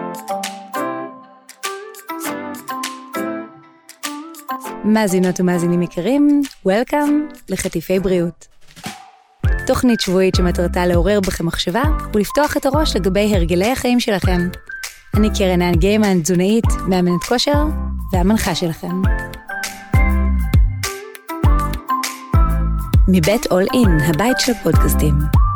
מאזינות ומאזינים יקרים, Welcome לחטיפי בריאות. תוכנית שבועית שמטרתה לעורר בכם מחשבה ולפתוח את הראש לגבי הרגלי החיים שלכם. אני קרן גיימן, תזונאית, מאמנת כושר והמנחה שלכם. מבית All In, הבית של פודקאסטים.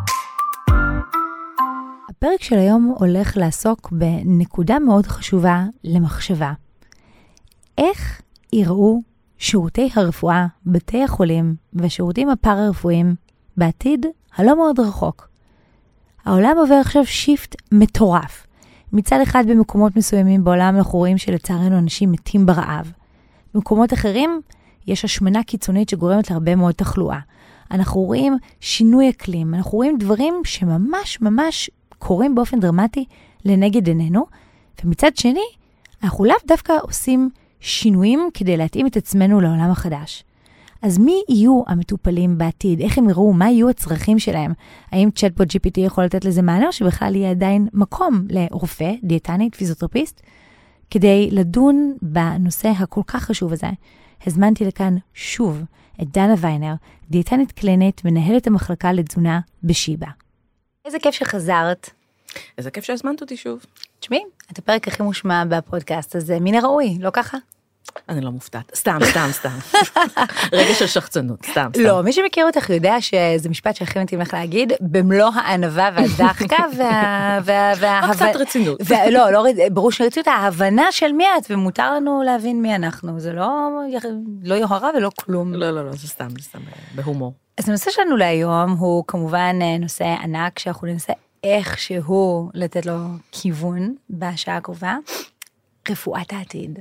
הפרק של היום הולך לעסוק בנקודה מאוד חשובה למחשבה. איך יראו שירותי הרפואה, בתי החולים והשירותים הפארה-רפואיים בעתיד הלא מאוד רחוק. העולם עובר עכשיו שיפט מטורף. מצד אחד במקומות מסוימים בעולם אנחנו רואים שלצערנו אנשים מתים ברעב. במקומות אחרים יש השמנה קיצונית שגורמת להרבה מאוד תחלואה. אנחנו רואים שינוי אקלים, אנחנו רואים דברים שממש ממש קורים באופן דרמטי לנגד עינינו, ומצד שני אנחנו לאו דווקא עושים שינויים כדי להתאים את עצמנו לעולם החדש. אז מי יהיו המטופלים בעתיד? איך הם יראו? מה יהיו הצרכים שלהם? האם צ'אטבוט GPT יכול לתת לזה מענה, או שבכלל יהיה עדיין מקום לרופא, דיאטנית, פיזיותרפיסט? כדי לדון בנושא הכל כך חשוב הזה, הזמנתי לכאן שוב את דנה ויינר, דיאטנית קלינית, מנהלת המחלקה לתזונה בשיבא. איזה כיף שחזרת. איזה כיף שהזמנת אותי שוב. תשמעי, את הפרק הכי מושמע בפודקאסט הזה, מן הראוי, לא ככה? אני לא מופתעת, סתם. רגע של שחצנות, סתם. לא, מי שמכיר אותך יודע שזה משפט שהכי מתאים לך להגיד, במלוא הענווה והדחקה קצת רצינות. לא, ברור שרצינות, ההבנה של מי את, ומותר לנו להבין מי אנחנו, זה לא יוהרה ולא כלום. לא, זה סתם, בהומור. אז הנושא שלנו להיום הוא כמובן נושא ענק, שאנחנו ננסה איכשהו לתת לו כיוון בשעה הקרובה, רפואת העתיד.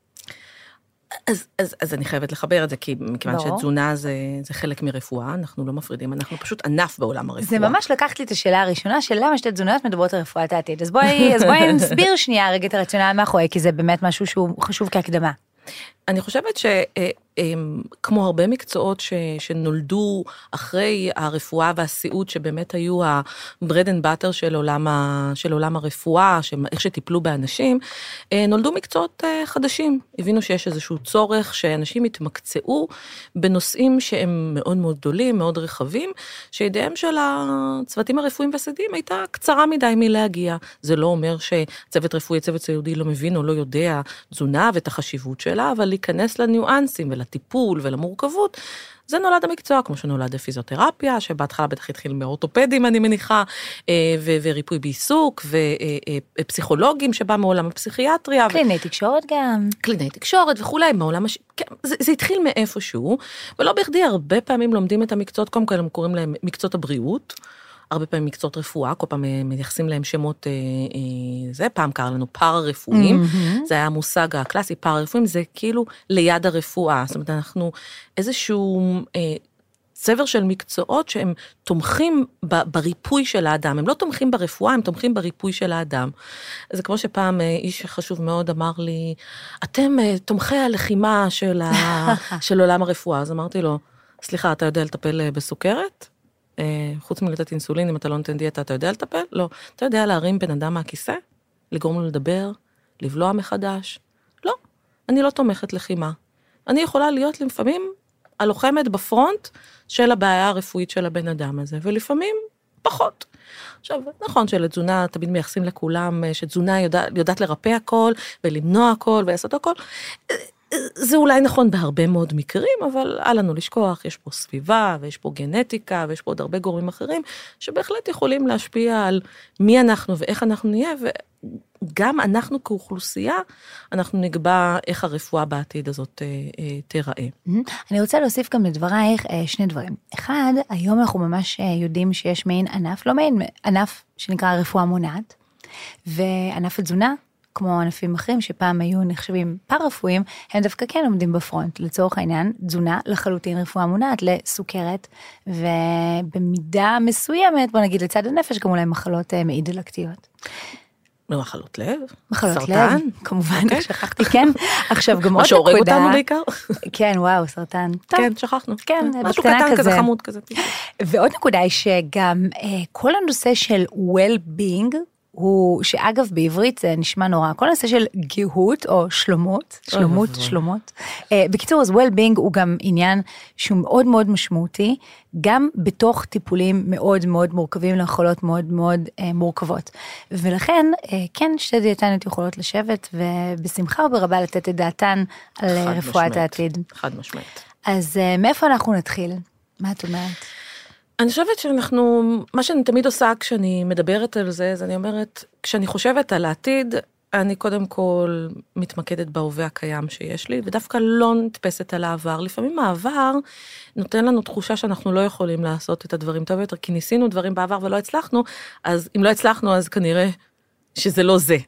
אז אני חייבת לחבר את זה, כי מכיוון שתזונה זה חלק מרפואה, אנחנו לא מפרידים, אנחנו פשוט ענף בעולם הרפואה. זה ממש לקחת לי את השאלה הראשונה, של למה שתי תזונאיות מדברות על רפואת העתיד. אז בואי נסביר שנייה רגע את הרציונל מאחורי, כי זה באמת משהו שהוא חשוב כהקדמה. אני חושבת כמו הרבה מקצועות שנולדו אחרי הרפואה והסיעוד, שבאמת היו ה-bread and butter של עולם הרפואה, איך שטיפלו באנשים, נולדו מקצועות חדשים. הבינו שיש איזשהו צורך שאנשים יתמקצעו בנושאים שהם מאוד מאוד גדולים, מאוד רחבים, שידיהם של הצוותים הרפואיים והסעודיים הייתה קצרה מדי מלהגיע. זה לא אומר שצוות רפואי, צוות סיעודי לא מבין או לא יודע תזונה ואת החשיבות שלה, אבל להיכנס לניואנסים ולטיפול ולמורכבות, זה נולד המקצוע, כמו שנולד הפיזיותרפיה, שבהתחלה בטח התחיל מאורתופדים, אני מניחה, וריפוי בעיסוק, ופסיכולוגים שבא מעולם הפסיכיאטריה. קלינאי תקשורת גם. קלינאי תקשורת וכולי, מעולם זה התחיל מאיפשהו, ולא בכדי הרבה פעמים לומדים את המקצועות, קודם כל הם קוראים להם מקצועות הבריאות, הרבה פעמים מקצועות רפואה, כל פעם מייחסים להם שמות, פעם קרא לנו פארה-רפואיים, זה היה המושג הקלאסי, פארה-רפואיים, זה כאילו ליד הרפואה, זאת אומרת, אנחנו איזשהו צבר של מקצועות שהם תומכים בריפוי של האדם, הם לא תומכים ברפואה, הם תומכים בריפוי של האדם. זה כמו שפעם איש חשוב מאוד אמר לי, אתם תומכי הלחימה של עולם הרפואה, אז אמרתי לו, סליחה, אתה יודע לטפל בסוכרת? חוץ מלתת אינסולין, אם אתה לא נותן דיאטה, אתה יודע לטפל? לא. אתה יודע להרים בן אדם מהכיסא? לגרום לו לדבר? לבלוע מחדש? לא. אני לא תומכת לחימה. אני יכולה להיות לפעמים הלוחמת בפרונט של הבעיה הרפואית של הבן אדם הזה, ולפעמים פחות. עכשיו, נכון שלתזונה תמיד מייחסים לכולם, שתזונה יודעת לרפא הכל, ולמנוע הכל, ולעשות הכל. זה אולי נכון בהרבה מאוד מקרים, אבל אל לנו לשכוח, יש פה סביבה, ויש פה גנטיקה, ויש פה עוד הרבה גורמים אחרים, שבהחלט יכולים להשפיע על מי אנחנו ואיך אנחנו נהיה, וגם אנחנו כאוכלוסייה, אנחנו נקבע איך הרפואה בעתיד הזאת תיראה. אני רוצה להוסיף גם לדברייך שני דברים. אחד, היום אנחנו ממש יודעים שיש מעין ענף, לא מעין ענף שנקרא רפואה מונעת, וענף התזונה, כמו ענפים אחרים שפעם היו נחשבים פארה-רפואיים, הם דווקא כן עומדים בפרונט, לצורך העניין, תזונה לחלוטין רפואה מונעת לסוכרת, ובמידה מסוימת, בוא נגיד לצד הנפש, גם אולי מחלות מעי דלקתיות. מחלות לב? מחלות לב, כמובן, שכחתי, כן. עכשיו גם עוד נקודה. מה שהורג אותנו בעיקר? כן, וואו, סרטן. כן, שכחנו. כן, משהו קטן כזה, חמוד כזה. ועוד נקודה היא שגם כל הנושא של well-being, הוא שאגב בעברית זה נשמע נורא, כל הנושא של גאות או שלומות. בקיצור, אז well-being הוא גם עניין שהוא מאוד מאוד משמעותי, גם בתוך טיפולים מאוד מאוד מורכבים לחולות מאוד מאוד מורכבות. ולכן, כן, שתי דיאטניות יכולות לשבת, ובשמחה וברבה לתת את דעתן על רפואת העתיד. חד משמעית. אז מאיפה אנחנו נתחיל? מה את אומרת? אני חושבת מה שאני תמיד עושה כשאני מדברת על זה, אז אני אומרת, כשאני חושבת על העתיד, אני קודם כל מתמקדת בהווה הקיים שיש לי, ודווקא לא נתפסת על העבר. לפעמים העבר נותן לנו תחושה שאנחנו לא יכולים לעשות את הדברים טוב יותר, כי ניסינו דברים בעבר ולא הצלחנו, אז אם לא הצלחנו, אז כנראה שזה לא זה.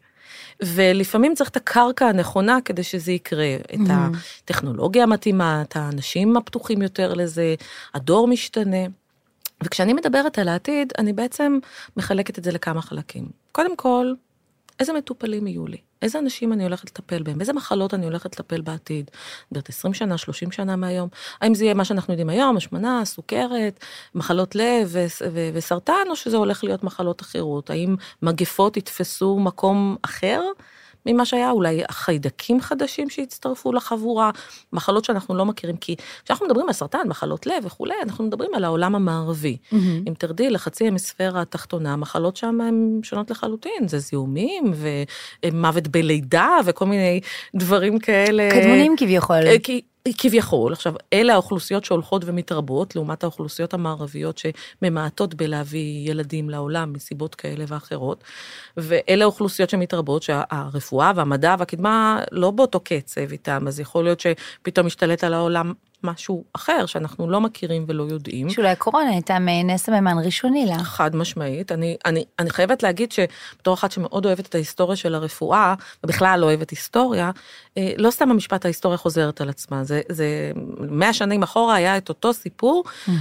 ולפעמים צריך את הקרקע הנכונה כדי שזה יקרה, את הטכנולוגיה המתאימה, את האנשים הפתוחים יותר לזה, הדור משתנה. וכשאני מדברת על העתיד, אני בעצם מחלקת את זה לכמה חלקים. קודם כל, איזה מטופלים יהיו לי? איזה אנשים אני הולכת לטפל בהם? באיזה מחלות אני הולכת לטפל בעתיד? בעוד 20 שנה, 30 שנה מהיום? האם זה יהיה מה שאנחנו יודעים היום, השמנה, סוכרת, מחלות לב וסרטן, או שזה הולך להיות מחלות אחרות? האם מגפות יתפסו מקום אחר ממה שהיה? אולי חיידקים חדשים שהצטרפו לחבורה, מחלות שאנחנו לא מכירים, כי כשאנחנו מדברים על סרטן, מחלות לב וכו', אנחנו מדברים על העולם המערבי. אם תרדי לחצי המספירה התחתונה, מחלות שם הן שונות לחלוטין, זה זיהומים ומוות בלידה וכל מיני דברים כאלה. קדמונים כביכול. כביכול, עכשיו, אלה האוכלוסיות שהולכות ומתרבות, לעומת האוכלוסיות המערביות שממעטות בלהביא ילדים לעולם מסיבות כאלה ואחרות, ואלה האוכלוסיות שמתרבות שהרפואה והמדע והקדמה לא באותו קצב איתם, אז יכול להיות שפתאום משתלט על העולם משהו אחר שאנחנו לא מכירים ולא יודעים. שאולי הקורונה הייתה נס הממן ראשוני לה. חד משמעית. אני חייבת להגיד שבתור אחת שמאוד אוהבת את ההיסטוריה של הרפואה, ובכלל לא אוהבת היסטוריה, לא סתם המשפט ההיסטוריה חוזרת על עצמה. זה 100 שנים אחורה היה את אותו סיפור,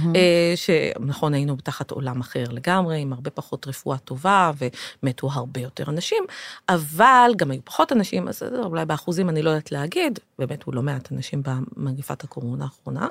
שנכון היינו תחת עולם אחר לגמרי, עם הרבה פחות רפואה טובה, ומתו הרבה יותר אנשים, אבל גם היו פחות אנשים, אז אולי באחוזים אני לא יודעת להגיד, ומתו לא מעט אנשים במגפת הקורונה האחרונה,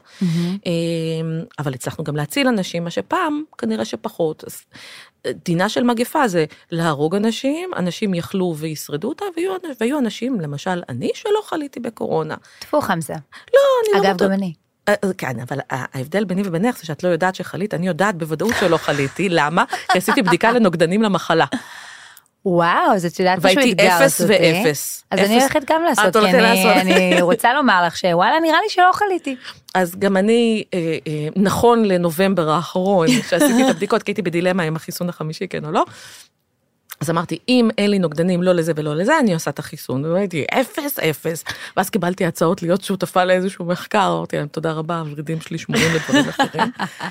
אבל הצלחנו גם להציל אנשים, מה שפעם כנראה שפחות. אז דינה של מגפה זה להרוג אנשים, אנשים יחלו וישרדו אותה, והיו אנשים, למשל אני, שלא חליתי בקורונה. תפור חמזה. לא, אני לא... אגב, גם אני. כן, אבל ההבדל ביני ובינך זה שאת לא יודעת שחלית, אני יודעת בוודאות שלא חליתי, למה? כי עשיתי בדיקה לנוגדנים למחלה. וואו, אז את יודעת משהו אתגרת אותי. והייתי 0 ו-0. אז אני הולכת גם לעשות, כי אני רוצה לומר לך שוואלה, נראה לי שלא חליתי. אז גם אני, נכון לנובמבר האחרון, שעשיתי את הבדיקות, כי הייתי בדילמה עם החיסון החמישי, כן או לא, אז אמרתי, אם אין לי נוגדנים לא לזה ולא לזה, אני עושה את החיסון. והייתי 0. ואז קיבלתי הצעות להיות שותפה לאיזשהו מחקר, אמרתי להם, תודה רבה, הורידים שלי שמורים לדברים אחרים.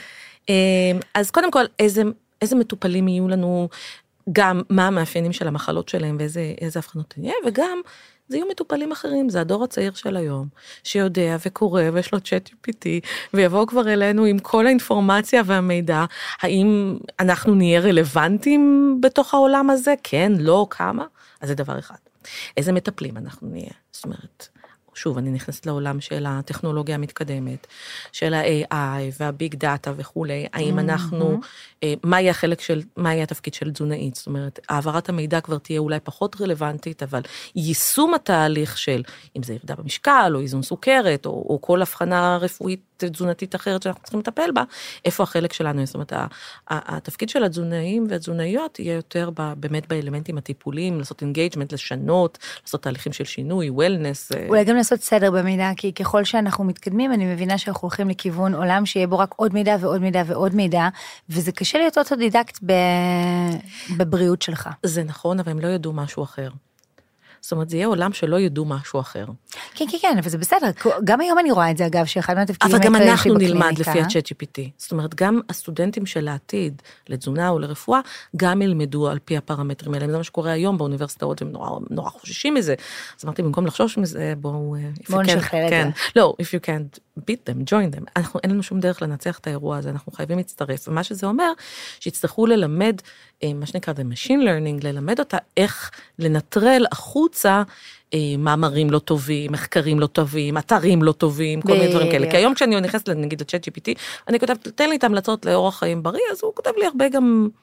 אז קודם כל, איזה מטופלים יהיו לנו, גם מה המאפיינים של המחלות שלהם, ואיזה הבחנות נהיה, וגם זה יהיו מטופלים אחרים, זה הדור הצעיר של היום, שיודע וקורא, ויש לו צ'אט GPT, ויבואו כבר אלינו עם כל האינפורמציה והמידע, האם אנחנו נהיה רלוונטיים בתוך העולם הזה? כן, לא, כמה? אז זה דבר אחד. איזה מטפלים אנחנו נהיה? זאת אומרת, שוב, אני נכנסת לעולם של הטכנולוגיה המתקדמת, של ה-AI והביג דאטה וכו', האם אנחנו, מה יהיה התפקיד של תזונאית? זאת אומרת, העברת המידע כבר תהיה אולי פחות רלוונטית, אבל יישום התהליך של, אם זה ירידה במשקל, או איזון סוכרת, או כל הבחנה רפואית תזונתית אחרת שאנחנו צריכים לטפל בה, איפה החלק שלנו? זאת אומרת, התפקיד של התזונאים והתזונאיות יהיה יותר באמת באלמנטים הטיפוליים, לעשות אינגייג'מנט, לשנות, לעשות תהליכים של שינוי, וולנס. אולי גם לעשות סדר במידע, כי ככל שאנחנו מתקדמים, אני מבינה שאנחנו הולכים לכיוון עולם שיהיה בו רק עוד מידע ועוד מידע ועוד מידע, וזה קשה להיות אוטודידקט בבריאות שלך. זה נכון, אבל הם לא ידעו משהו אחר. זאת אומרת, זה יהיה עולם שלא ידעו משהו אחר. כן, כן, כן, אבל זה בסדר. גם היום אני רואה את זה, אגב, שאחד מהתפקידים אבל גם אנחנו נלמד לפי ה-Chat GPT. זאת אומרת, גם הסטודנטים של העתיד, לתזונה או לרפואה, גם ילמדו על פי הפרמטרים האלה. זה מה שקורה היום באוניברסיטאות, הם נורא חוששים מזה. אז אמרתי, במקום לחשוש מזה, בואו נשחרר את זה. לא, if you can't beat them, join them. אין לנו שום דרך לנצח את האירוע הזה, אנחנו חייבים להצטרף. ומה שזה אומר, שיצטרכו ללמד, מה שנקרא, the machine learning, ללמד אותה איך לנטרל החוצה מאמרים לא טובים, מחקרים לא טובים, אתרים לא טובים, כל מיני דברים כאלה. כי היום כשאני נכנסת, נגיד, ל-Chat GPT, אני כותבת, תן לי את ההמלצות לאורח חיים בריא, אז הוא כותב לי הרבה גם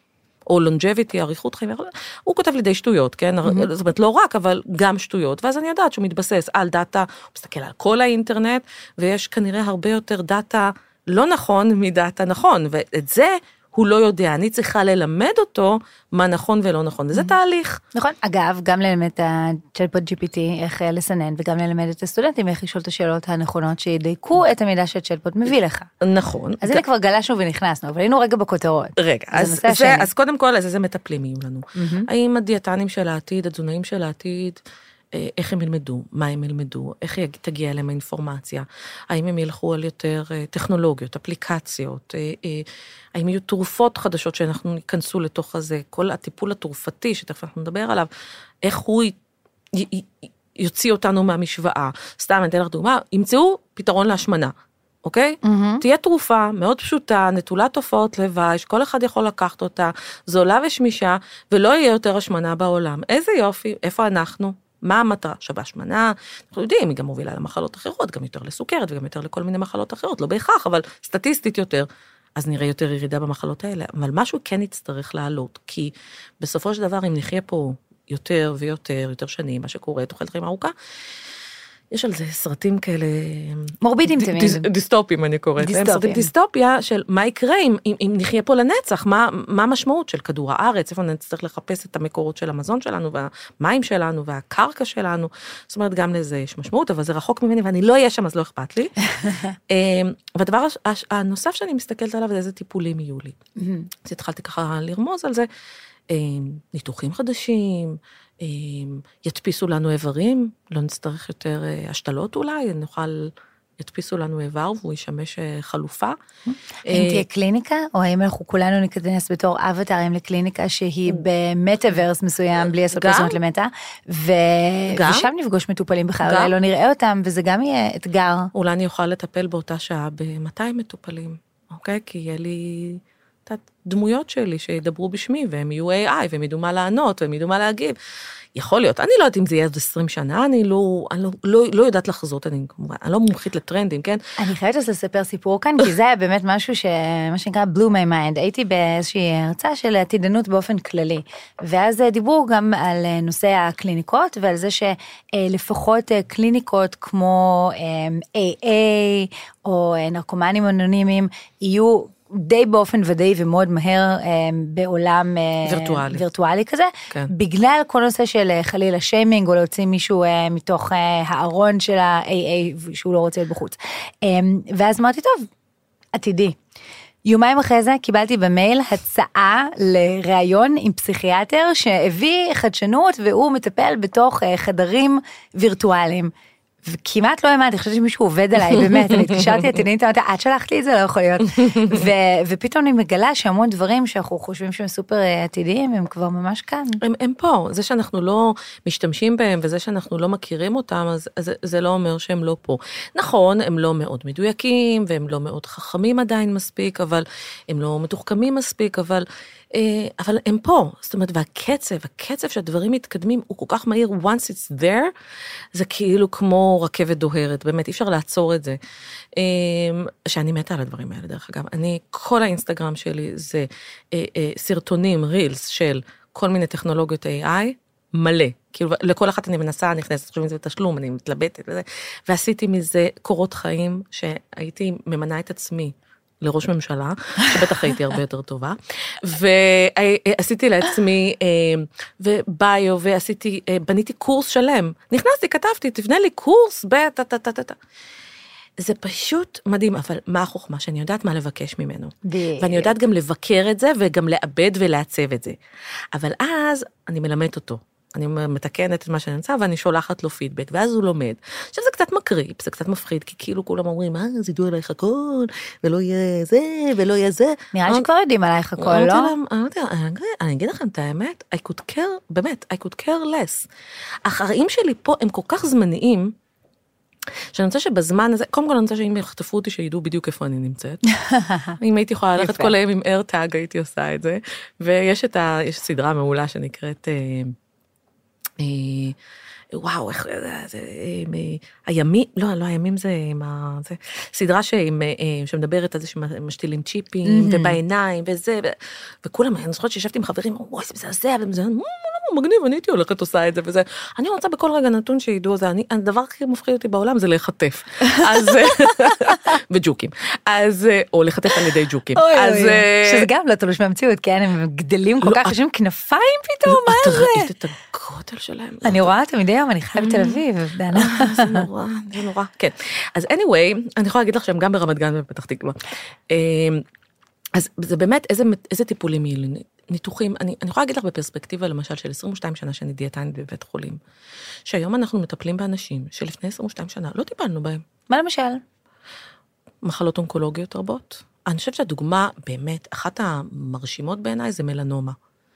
או longevity, אריכות חיים, הוא כותב לי די שטויות, כן? זאת אומרת, לא רק, אבל גם שטויות, ואז אני יודעת שהוא מתבסס על דאטה, הוא מסתכל על כל האינטרנט, ויש כנראה הרבה יותר דאטה לא נכון מדאטה נכון, ואת זה הוא לא יודע, אני צריכה ללמד אותו מה נכון ולא נכון, וזה תהליך. נכון, אגב, גם ללמד את ה-Chatbot GPT איך לסנן, וגם ללמד את הסטודנטים איך לשאול את השאלות הנכונות, שידייקו את המידע שה-Chatbot מביא לך. נכון. אז הנה כבר גלשנו ונכנסנו, אבל היינו רגע בכותרות. רגע, אז קודם כל, איזה מטפלים יהיו לנו? האם הדיאטנים של העתיד, התזונאים של העתיד, איך הם ילמדו, מה הם ילמדו, איך תגיע אליהם האינפורמציה, האם הם ילכו על יותר טכנולוגיות, אפליקציות, האם יהיו תרופות חדשות שאנחנו ניכנסו לתוך הזה, כל הטיפול התרופתי שתכף אנחנו נדבר עליו, איך הוא יוציא אותנו מהמשוואה. סתם, אני אתן לך דוגמה, ימצאו פתרון להשמנה, אוקיי? תהיה תרופה מאוד פשוטה, נטולת תופעות לוואי, שכל אחד יכול לקחת אותה, זולה ושמישה, ולא יהיה יותר השמנה בעולם. איזה יופי, איפה אנחנו? מה המטרה? שווה השמנה, אנחנו יודעים, היא גם מובילה למחלות אחרות, גם יותר לסוכרת וגם יותר לכל מיני מחלות אחרות, לא בהכרח, אבל סטטיסטית יותר, אז נראה יותר ירידה במחלות האלה, אבל משהו כן יצטרך לעלות, כי בסופו של דבר, אם נחיה פה יותר ויותר, יותר שנים, מה שקורה, תוחלת חיים ארוכה, יש על זה סרטים כאלה... מורבידים תמיד. דיסטופים, אני קוראת. סרטים דיסטופיה של מה יקרה אם נחיה פה לנצח, מה המשמעות של כדור הארץ, איפה נצטרך לחפש את המקורות של המזון שלנו, והמים שלנו, והקרקע שלנו. זאת אומרת, גם לזה יש משמעות, אבל זה רחוק ממני, ואני לא אהיה שם, אז לא אכפת לי. והדבר הנוסף שאני מסתכלת עליו, זה איזה טיפולים יהיו לי. אז התחלתי ככה לרמוז על זה, ניתוחים חדשים, ידפיסו לנו איברים, לא נצטרך יותר השתלות אולי, ידפיסו לנו איבר והוא ישמש חלופה. אם תהיה קליניקה, או האם אנחנו כולנו ניכנס בתור אבטרים לקליניקה שהיא במטאברס מסוים, בלי לעשות פרסומת למטה, ושם נפגוש מטופלים בכלל, אולי לא נראה אותם, וזה גם יהיה אתגר. אולי אני אוכל לטפל באותה שעה ב-200 מטופלים, אוקיי? כי יהיה לי... דמויות שלי שידברו בשמי, והם יהיו AI, והם ידעו מה לענות, והם ידעו מה להגיב. יכול להיות, אני לא יודעת אם זה יהיה עוד 20 שנה, אני לא יודעת לחזות, אני לא מומחית לטרנדים, כן? אני חייבת לספר סיפור כאן, כי זה היה באמת משהו מה שנקרא blew my mind. הייתי באיזושהי הרצאה של עתידנות באופן כללי, ואז דיברו גם על נושא הקליניקות, ועל זה שלפחות קליניקות כמו AA, או נרקומנים אנונימיים, יהיו די באופן ודאי ומאוד מהר בעולם וירטואלי כזה, כן. בגלל כל נושא של חלילה שיימינג, או להוציא מישהו מתוך הארון של ה-AA שהוא לא רוצה להיות בחוץ. ואז אמרתי, טוב, עתידי. יומיים אחרי זה קיבלתי במייל הצעה לראיון עם פסיכיאטר שהביא חדשנות, והוא מטפל בתוך חדרים וירטואליים. וכמעט לא האמנתי, חשבתי שמישהו עובד עליי, באמת, אני התקשרתי עתידנית, אמרתי, את שלחת לי את זה, לא יכול להיות. ופתאום אני מגלה שהמון דברים שאנחנו חושבים שהם סופר עתידיים, הם כבר ממש כאן. הם פה, זה שאנחנו לא משתמשים בהם, וזה שאנחנו לא מכירים אותם, אז זה לא אומר שהם לא פה. נכון, הם לא מאוד מדויקים, והם לא מאוד חכמים עדיין מספיק, אבל הם לא מתוחכמים מספיק, אבל הם פה, זאת אומרת, והקצב שהדברים מתקדמים, הוא כל כך מהיר, once it's there, זה כאילו כמו רכבת דוהרת, באמת, אי אפשר לעצור את זה. שאני מתה על הדברים האלה, דרך אגב, כל האינסטגרם שלי זה סרטונים, רילס של כל מיני טכנולוגיות AI, מלא, כאילו, לכל אחת אני מנסה, נכנסת, חושבים את זה בתשלום, אני מתלבטת וזה, ועשיתי מזה קורות חיים, שהייתי ממנה את עצמי, לראש ממשלה, שבטח הייתי הרבה יותר טובה, ועשיתי לעצמי וביו, בניתי קורס שלם, נכנסתי, כתבתי, תבנה לי קורס, זה פשוט מדהים, אבל מה החוכמה? שאני יודעת מה לבקש ממנו, ואני יודעת גם לבקר את זה, וגם לאבד ולעצב את זה, אבל אז אני מלמדת אותו, אני מתקנת את מה שאני נמצא, ואני שולחת לו פידבק, ואז הוא לומד. עכשיו זה קצת מקריפ, זה קצת מפחיד, כי כאילו כולם אומרים, אז ידעו עלייך הכל, ולא יהיה זה, ולא יהיה זה. נראה שכבר יודעים עלייך הכל, לא? אני אגיד לכם את האמת, I could care, באמת, I could care less. החיים שלי פה הם כל כך זמניים, שאני רוצה שבזמן הזה, קודם כל אני רוצה שאם יחטפו אותי, שידעו בדיוק איפה אני נמצאת. אם הייתי יכולה ללכת כל היום עם AirTag, הייתי עושה את זה. ויש סדרה מעולה שנקראת וואו, איך, הימים, לא, הימים זה סדרה שמדברת על זה שמשתילים צ'יפים, ובעיניים, וזה, וכולם, אני זוכרת שישבתי עם חברים, וואי, זה מזעזע, וזה מגניב, אני הייתי הולכת עושה את זה, וזה, אני רוצה בכל רגע נתון שידעו, הדבר הכי מפחיד אותי בעולם זה לחטף, וג'וקים, או לחטף על ידי ג'וקים. שזה גם לא תלוש מהמציאות, כן, הם גדלים כל כך, יש להם כנפיים פתאום, מה זה? את ראית את הגודל שלהם. אני רואה אותם מדי יום, אני חיה בתל אביב. זה נורא, כן. אז anyway, אני יכולה להגיד לך שהם גם ברמת גן ובפתח תקווה. אז זה באמת, איזה טיפולים יהיו לי? ניתוחים, אני יכולה להגיד לך בפרספקטיבה, למשל, של 22 שנה שאני דיאטנית בבית חולים, שהיום אנחנו מטפלים באנשים שלפני 22 שנה לא טיפלנו בהם. מה למשל? מחלות אונקולוגיות רבות. אני חושבת שהדוגמה באמת, אחת המרשימות בעיניי זה מלנומה.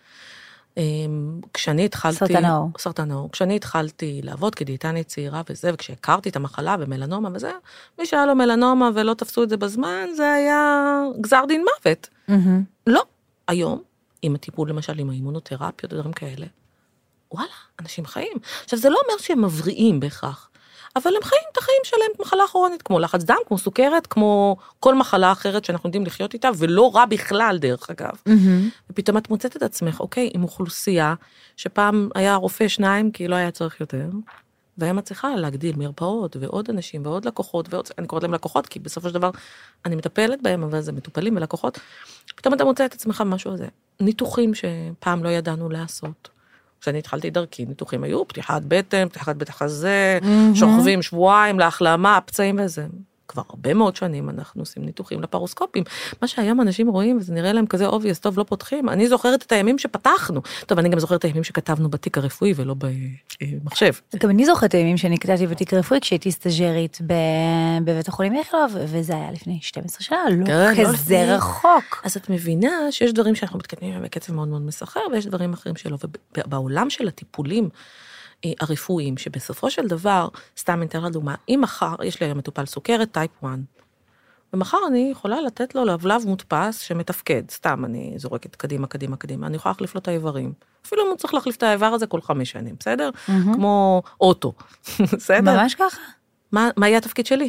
כשאני התחלתי... סרטן העור. כשאני התחלתי לעבוד כדיאטנית צעירה וזה, וכשהכרתי את המחלה ומלנומה וזה, מי שהיה לו מלנומה ולא תפסו את זה בזמן, זה היה גזר דין מוות. לא. היום, עם הטיפול למשל, עם האימונותרפיות ודברים כאלה, וואלה, אנשים חיים. עכשיו, זה לא אומר שהם מבריאים בהכרח, אבל הם חיים את החיים שלהם מחלה כרונית, כמו לחץ דם, כמו סוכרת, כמו כל מחלה אחרת שאנחנו יודעים לחיות איתה, ולא רע בכלל דרך אגב. ופתאום את מוצאת את עצמך, אוקיי, עם אוכלוסייה, שפעם היה רופא 2, כי לא היה צריך יותר, והיה מצליחה להגדיל מרפאות, ועוד אנשים, ועוד לקוחות, אני קוראת להם לקוחות, כי בסופו של דבר אני מטפלת בהם, אבל זה מטופלים ולקוחות, פתאום אתה מוצא את עצמך במשהו הזה. ניתוחים שפעם לא ידענו לעשות. כשאני התחלתי דרכי, ניתוחים היו פתיחת בטן, פתיחת בית החזה, שוכבים שבועיים להחלמה, פצעים וזה. כבר הרבה מאוד שנים אנחנו עושים ניתוחים לפרוסקופים. מה שהיום אנשים רואים, וזה נראה להם כזה obvious, טוב, לא פותחים. אני זוכרת את הימים שפתחנו. טוב, אני גם זוכרת את הימים שכתבנו בתיק הרפואי ולא במחשב. גם אני זוכרת את הימים שאני כתבתי בתיק הרפואי, כשהייתי סטאז'רית בבית החולים איכילוב, וזה היה לפני 12 שנה, לא כזה רחוק. אז את מבינה שיש דברים שאנחנו מתקדמים בקצב מאוד מאוד מסחר, ויש דברים אחרים שלא. ובעולם של הטיפולים הרפואיים, שבסופו של דבר, סתם נתן לדוגמה, אם מחר יש לי היום מטופל סוכרת טייפ 1, ומחר אני יכולה לתת לו לבלב מודפס שמתפקד, סתם אני זורקת קדימה, אני יכולה להחליף לו את האיברים, אפילו אם הוא צריך להחליף את האיבר הזה כל 5 שנים, בסדר? כמו אוטו, בסדר? ממש ככה. מה יהיה התפקיד שלי?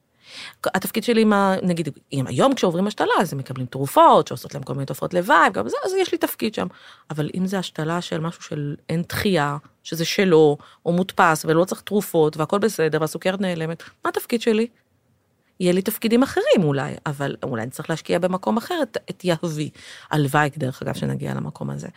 התפקיד שלי, נגיד, היום כשעוברים השתלה, אז הם מקבלים תרופות, שעושות להם כל מיני תופעות לוואי, גם זה, אז יש לי תפקיד שם. אבל אם זה השתלה של משהו של אין דחייה, שזה שלו, או מודפס, ולא צריך תרופות, והכל בסדר, והסוכרת נעלמת, מה התפקיד שלי? יהיה לי תפקידים אחרים אולי, אבל אולי אני צריך להשקיע במקום אחר את יהבי. הלוואי, דרך אגב, שנגיע למקום הזה.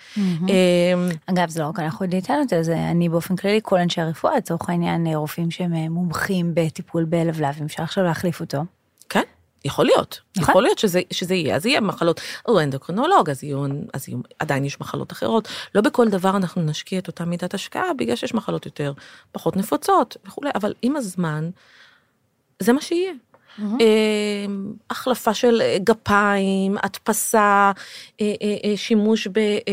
אגב, זה לא רק אנחנו דיאטניות, אז אני באופן כללי, כל אנשי הרפואה, לצורך העניין, רופאים שהם מומחים בטיפול בלבלב, אם אפשר עכשיו להחליף אותו. כן, יכול להיות. יכול להיות שזה יהיה, אז יהיה מחלות, או אנדוקרינולוג, אז עדיין יש מחלות אחרות. לא בכל דבר אנחנו נשקיע את אותה מידת השקעה, בגלל שיש מחלות יותר פחות נפוצות וכו', אבל עם הזמן, זה מה שיהיה. החלפה של גפיים, הדפסה, שימוש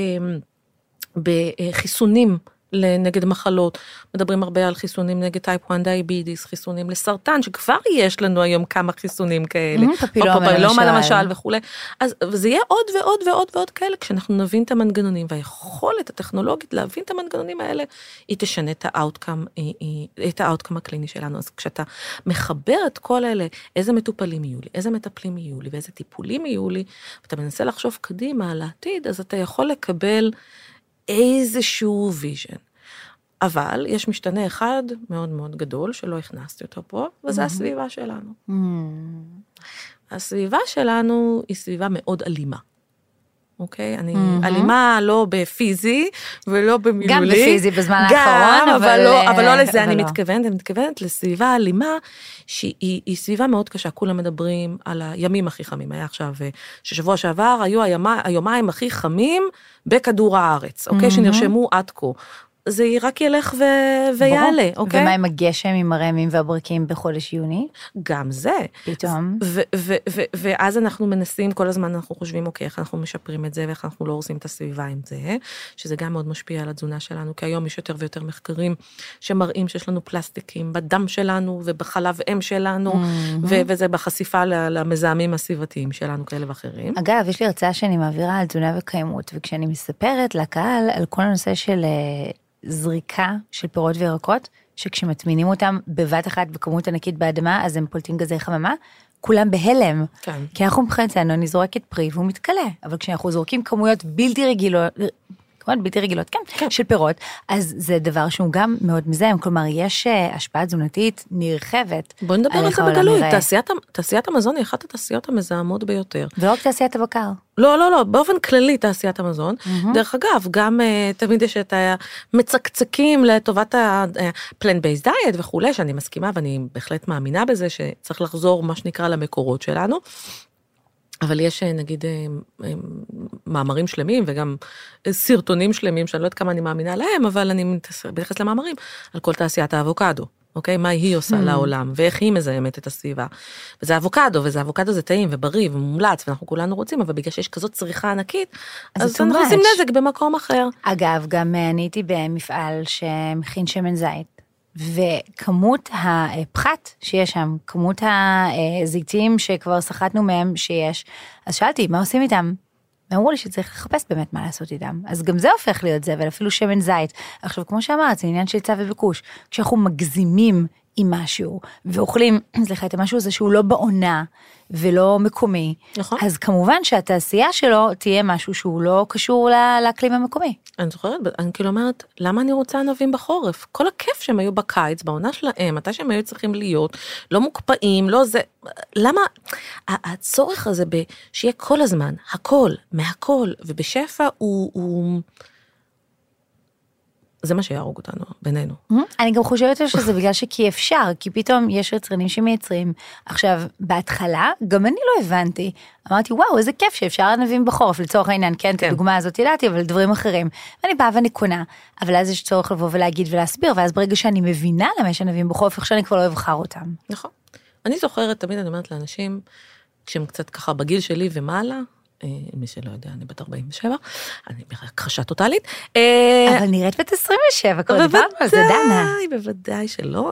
בחיסונים נגד מחלות, מדברים הרבה על חיסונים נגד טייפ 1 דיאביטיס, חיסונים לסרטן, שכבר יש לנו היום כמה חיסונים כאלה, פפילומה למשל וכו'. אז זה יהיה עוד ועוד ועוד ועוד כאלה, כשאנחנו נבין את המנגנונים, והיכולת הטכנולוגית להבין את המנגנונים האלה, היא תשנה את האוטקאם הקליני שלנו. אז כשאתה מחבר את כל אלה, איזה מטופלים יהיו לי, איזה מטפלים יהיו לי, ואיזה טיפולים יהיו לי, ואתה מנסה לחשוב קדימה על העתיד, אז אתה יכול לקבל איזשהו ויז'ן. אבל יש משתנה אחד מאוד מאוד גדול, שלא הכנסתי אותו פה, וזה הסביבה שלנו. הסביבה שלנו היא סביבה מאוד אלימה. אוקיי? אני אלימה לא בפיזי, ולא במילולי. גם בפיזי בזמן האחרון, אבל לא לזה אני מתכוונת. אני מתכוונת לסביבה אלימה, שהיא סביבה מאוד קשה. כולם מדברים על הימים הכי חמים. היה עכשיו, ששבוע שעבר, היו היומיים הכי חמים בכדור הארץ, אוקיי? שנרשמו עד כה. זה רק ילך ויעלה, אוקיי? ומה עם הגשם, עם הרמים והברקים בחודש יוני? גם זה. פתאום. ואז אנחנו מנסים, כל הזמן אנחנו חושבים, אוקיי, איך אנחנו משפרים את זה, ואיך אנחנו לא הורסים את הסביבה עם זה, שזה גם מאוד משפיע על התזונה שלנו, כי היום יש יותר ויותר מחקרים שמראים שיש לנו פלסטיקים בדם שלנו, ובחלב אם שלנו, וזה בחשיפה למזהמים הסביבתיים שלנו, כאלה ואחרים. אגב, יש לי הרצאה שאני מעבירה על תזונה וקיימות, וכשאני מספרת לקהל על כל הנושא של זריקה של פירות וירקות, שכשמטמינים אותם בבת אחת בכמות ענקית באדמה, אז הם פולטים גזי חממה, כולם בהלם. כן. כי אנחנו מבחינתנו, אני זורקת פרי והוא מתקלה, אבל כשאנחנו זורקים כמויות בלתי רגילות, כן, של פירות, אז זה דבר שהוא גם מאוד מזהם, כלומר, יש השפעה תזונתית נרחבת. בואי נדבר על זה בגלוי, תעשיית המזון היא אחת התעשיות המזהמות ביותר. ולא רק תעשיית הבקר. לא, באופן כללי תעשיית המזון. דרך אגב, גם תמיד יש את המצקצקים לטובת ה-plant-based diet וכולי, שאני מסכימה ואני בהחלט מאמינה בזה, שצריך לחזור מה שנקרא למקורות שלנו. אבל יש נגיד מאמרים שלמים וגם סרטונים שלמים, שאני לא יודעת כמה אני מאמינה להם, אבל אני מתייחס למאמרים על כל תעשיית האבוקדו, אוקיי? מה היא עושה לעולם, ואיך היא מזהמת את הסביבה. וזה אבוקדו, אבוקדו זה טעים ובריא ומומלץ, ואנחנו כולנו רוצים, אבל בגלל שיש כזאת צריכה ענקית, אז אנחנו עושים נזק במקום אחר. אגב, גם אני הייתי במפעל שמכין שמן זית, וכמות הפחת שיש שם, כמות הזיתים שכבר שחטנו מהם שיש, אז שאלתי, מה עושים איתם? ואמרו לי שצריך לחפש באמת מה לעשות איתם. אז גם זה הופך להיות זה, ואפילו שמן זית. עכשיו, כמו שאמרת, זה עניין של היצע וביקוש. כשאנחנו מגזימים עם משהו, ואוכלים, את המשהו הזה שהוא לא בעונה, ולא מקומי, נכון. אז כמובן שהתעשייה שלו תהיה משהו שהוא לא קשור לאקלים המקומי. אני זוכרת, אני כאילו אומרת, למה אני רוצה ענבים בחורף? כל הכיף שהם היו בקיץ, בעונה שלהם, מתי שהם היו צריכים להיות, לא מוקפאים, לא זה, למה הצורך הזה שיהיה כל הזמן, הכל, מהכל, ובשפע הוא זה מה שיהרוג אותנו, בינינו. אני גם חושבת שזה בגלל שכי אפשר, כי פתאום יש יצרנים שמייצרים. עכשיו, בהתחלה, גם אני לא הבנתי. אמרתי, וואו, איזה כיף שאפשר ענבים בחורף, לצורך העניין, כן, את הדוגמה הזאת ידעתי, אבל דברים אחרים. ואני באה ואני קונה, אבל אז יש צורך לבוא ולהגיד ולהסביר, ואז ברגע שאני מבינה למה יש ענבים בחורף, איך שאני כבר לא אבחר אותם. נכון. אני זוכרת, תמיד אני אומרת לאנשים, כשהם קצת ככה בגיל שלי ומעלה, מי שלא יודע, אני בת 47, אני בהכחשה טוטלית. אבל נראית בת 27, כבר דיברנו על זה, דנה. בוודאי שלא.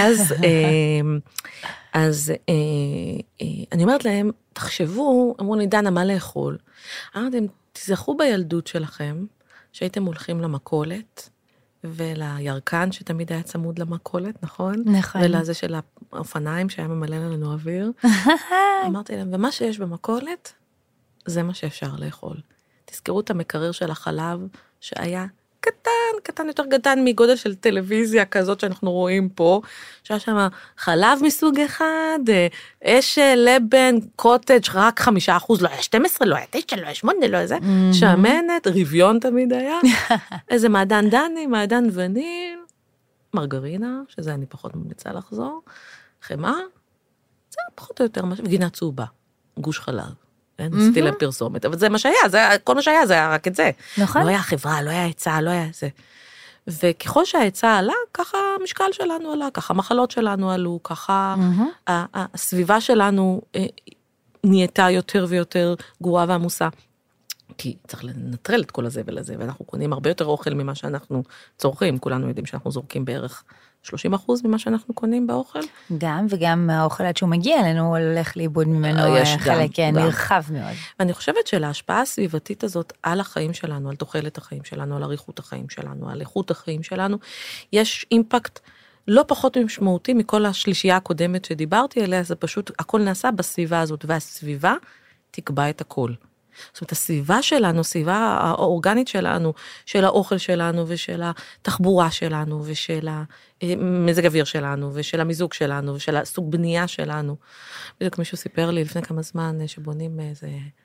אז אני אומרת להם, תחשבו, אמרו לי, דנה, מה לאכול? אמרתם, תזכרו בילדות שלכם, שהייתם הולכים למכולת, ולירקן שתמיד היה צמוד למכולת, נכון? נכון. ולזה של האופניים שהיה ממלא לנו אוויר. אמרתי להם, ומה שיש במכולת, זה מה שאפשר לאכול. תזכרו את המקרר של החלב, שהיה קטן יותר קטן מגודל של טלוויזיה כזאת שאנחנו רואים פה, שהיה שם חלב מסוג אחד, אש, לבן, קוטג' רק 5%, לא היה 12, לא היה 9, לא היה 8, לא היה זה, שמנת, רביון תמיד היה, איזה מעדן דני, מעדן וניל, מרגרינה, שזה אני פחות ממליצה לחזור, חמה, זה פחות או יותר, גינה צהובה, גוש חלב. ניסיתי להם פרסומת, אבל זה מה שהיה, כל מה שהיה, זה היה רק את זה. נכון. לא היה חברה, לא היה היצע, לא היה זה. וככל שההיצע עלה, ככה המשקל שלנו עלה, ככה המחלות שלנו עלו, ככה הסביבה שלנו נהייתה יותר ויותר גרועה ועמוסה. כי צריך לנטרל את כל הזבל הזה, ואנחנו קונים הרבה יותר אוכל ממה שאנחנו צורכים, כולנו יודעים שאנחנו זורקים בערך 30% ממה שאנחנו קונים באוכל. גם, וגם האוכל עד שהוא מגיע אלינו, הוא הולך לאיבוד ממנו חלק נרחב מאוד. ואני חושבת שלהשפעה הסביבתית הזאת על החיים שלנו, על תוחלת החיים שלנו, על אריכות החיים שלנו, על איכות החיים שלנו, יש אימפקט לא פחות משמעותי מכל השלישייה הקודמת שדיברתי עליה, זה פשוט, הכל נעשה בסביבה הזאת, והסביבה תקבע את הכל. זאת אומרת, הסביבה שלנו, הסביבה האורגנית שלנו, של האוכל שלנו, ושל התחבורה שלנו, ושל המזג אוויר שלנו, ושל המיזוג שלנו, ושל הסוג בנייה שלנו. בדיוק מישהו סיפר לי לפני כמה זמן, שבונים איזה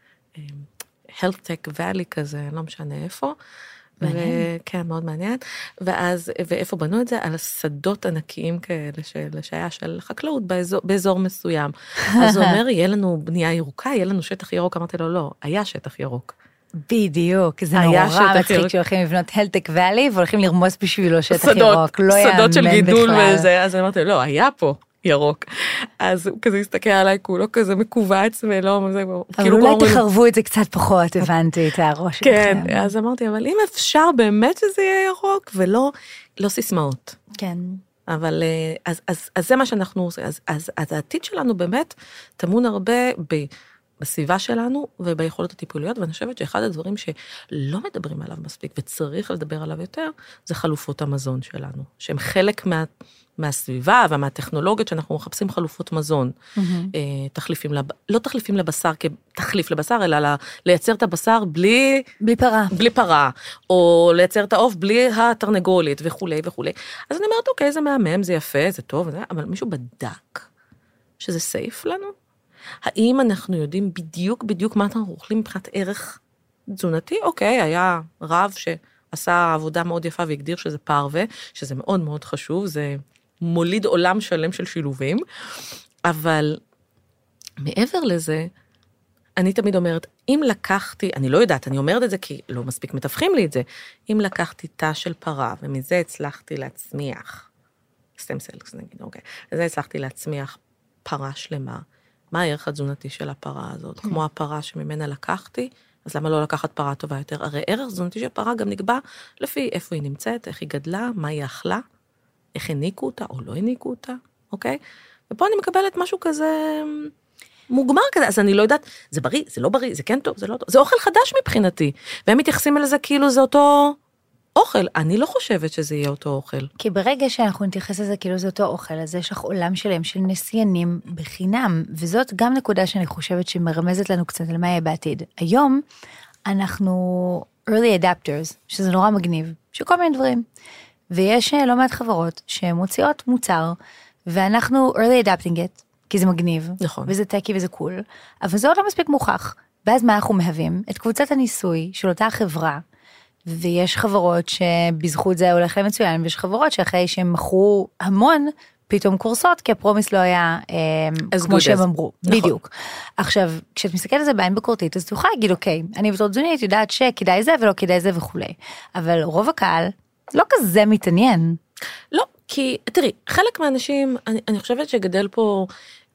health tech valley כזה, לא משנה איפה. כן, מאוד מעניין. ואז, ואיפה בנו את זה? על שדות ענקיים כאלה, שהיה של חקלאות באזור מסוים. אז הוא אומר, יהיה לנו בנייה ירוקה, יהיה לנו שטח ירוק. אמרתי לו, לא, היה שטח ירוק. בדיוק, זה נורא מצחיק שהולכים לבנות הלטק ואלי, והולכים לרמוס בשבילו שטח ירוק. לא יאמן בכלל. שדות של גידול וזה, אז אמרתי לו, לא, היה פה. ירוק. אז הוא כזה הסתכל עליי, כולו כזה מקובץ, ולא, זה, אבל אולי תחרבו את זה קצת פחות, הבנתי את הראש שלכם. כן, אז אמרתי, אבל אם אפשר באמת שזה יהיה ירוק, ולא סיסמאות. כן. אבל, אז זה מה שאנחנו עושים, אז העתיד שלנו באמת, טמון הרבה בסביבה שלנו וביכולות הטיפוליות, ואני חושבת שאחד הדברים שלא מדברים עליו מספיק, וצריך לדבר עליו יותר, זה חלופות המזון שלנו, שהם חלק מהסביבה ומהטכנולוגיות שאנחנו מחפשים חלופות מזון, תחליפים, לא תחליפים לבשר כתחליף לבשר, אלא לייצר את הבשר בלי פרה, או לייצר את העוף בלי התרנגולת וכו' וכו'. אז אני אומרת, אוקיי, זה מהמם, זה יפה, זה טוב, אבל מישהו בדק שזה סייף לנו? האם אנחנו יודעים בדיוק מה אנחנו אוכלים מבחינת ערך תזונתי? אוקיי, היה רב שעשה עבודה מאוד יפה והגדיר שזה פרווה, שזה מאוד מאוד חשוב, זה מוליד עולם שלם של שילובים, אבל מעבר לזה, אני תמיד אומרת, אם לקחתי, אני לא יודעת, אני אומרת את זה כי לא מספיק מתווכים לי את זה, אם לקחתי תא של פרה, ומזה הצלחתי להצמיח, סטם סלס נגיד, אוקיי, מזה הצלחתי להצמיח פרה שלמה, מה הערך התזונתי של הפרה הזאת? כמו הפרה שממנה לקחתי, אז למה לא לקחת פרה טובה יותר? הרי ערך תזונתי של פרה גם נקבע לפי איפה היא נמצאת, איך היא גדלה, מה היא אכלה, איך הניקו אותה או לא הניקו אותה, אוקיי? ופה אני מקבלת משהו כזה מוגמר כזה, אז אני לא יודעת, זה בריא, זה לא בריא, זה כן טוב, זה לא טוב, זה אוכל חדש מבחינתי, והם מתייחסים אל זה כאילו זה אותו אוכל, אני לא חושבת שזה יהיה אותו אוכל. כי ברגע שאנחנו נתייחס לזה כאילו זה אותו אוכל, אז יש לך עולם שלם של נסיינים בחינם, וזאת גם נקודה שאני חושבת שמרמזת לנו קצת על מה יהיה בעתיד. היום אנחנו early adapters, שזה נורא מגניב, שכל מיני דברים, ויש לא מעט חברות שמוציאות מוצר, ואנחנו early adapting it, כי זה מגניב, נכון. וזה טקי וזה קול, אבל זה עוד לא מספיק מוכח. ואז מה אנחנו מהווים? את קבוצת הניסוי של אותה חברה, ויש חברות שבזכות זה הולך להם מצוין, ויש חברות שאחרי שהם מכרו המון, פתאום קורסות, כי הפרומיס לא היה כמו שהם אמרו. נכון. בדיוק. עכשיו, כשאת מסתכלת על זה בעין ביקורתית, אז את יכולה להגיד, אוקיי, אני בתור תזונית יודעת שכדאי זה ולא כדאי זה וכו'. אבל רוב הקהל לא כזה מתעניין. לא, כי, תראי, חלק מהאנשים, אני חושבת שגדל פה,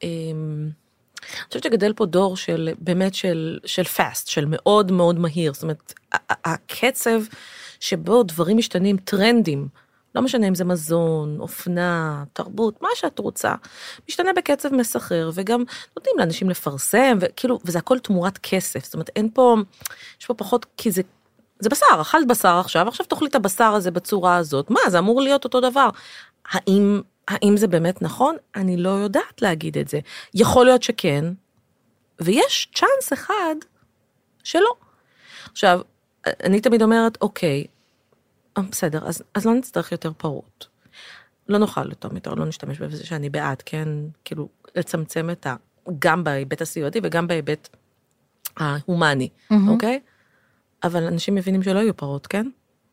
אני חושבת שגדל פה דור של, באמת של fast, של מאוד מאוד מהיר, זאת אומרת, הקצב שבו דברים משתנים, טרנדים, לא משנה אם זה מזון, אופנה, תרבות, מה שאת רוצה, משתנה בקצב מסחרר, וגם נותנים לאנשים לפרסם, וכאילו, וזה הכל תמורת כסף, זאת אומרת, אין פה, יש פה פחות, כי זה בשר, אכלת בשר עכשיו תאכלי את הבשר הזה בצורה הזאת, מה, זה אמור להיות אותו דבר, האם זה באמת נכון? אני לא יודעת להגיד את זה. יכול להיות שכן, ויש צ'אנס אחד שלא. עכשיו, אני תמיד אומרת, אוקיי, בסדר, אז לא נצטרך יותר פרות. לא נאכל יותר, לא נשתמש בזה שאני בעד, כן? כאילו, לצמצם את גם בהיבט הסיועתי וגם בהיבט ההומני, אוקיי? אבל אנשים מבינים שלא יהיו פרות, כן?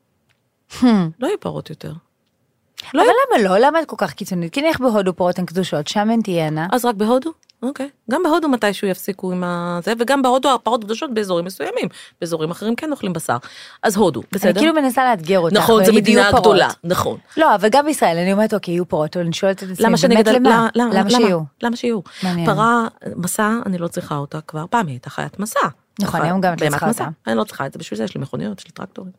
לא יהיו פרות יותר. אבל למה לא? למה את כל כך קיצונית? כי נלך בהודו פרות הן קדושות, שם הן תהיינה. אז רק בהודו? אוקיי. גם בהודו מתישהו יפסיקו עם זה, וגם בהודו הפרות קדושות באזורים מסוימים. באזורים אחרים כן אוכלים בשר. אז הודו, בסדר? אני כאילו מנסה לאתגר אותך. נכון, זו מדינה גדולה, נכון. לא, אבל גם בישראל, אני אומרת, אוקיי, יהיו פרות, אבל אני שואלת את עצמי, למה שיהיו? למה שיהיו? פרה, מסע, אני לא צריכה אותה כבר. פעם היא הייתה חיית מסע. נכון, היום גם את צריכה אותה. אני לא צריכה את זה, בשביל זה יש לי מכוניות, יש לי טרקטורים.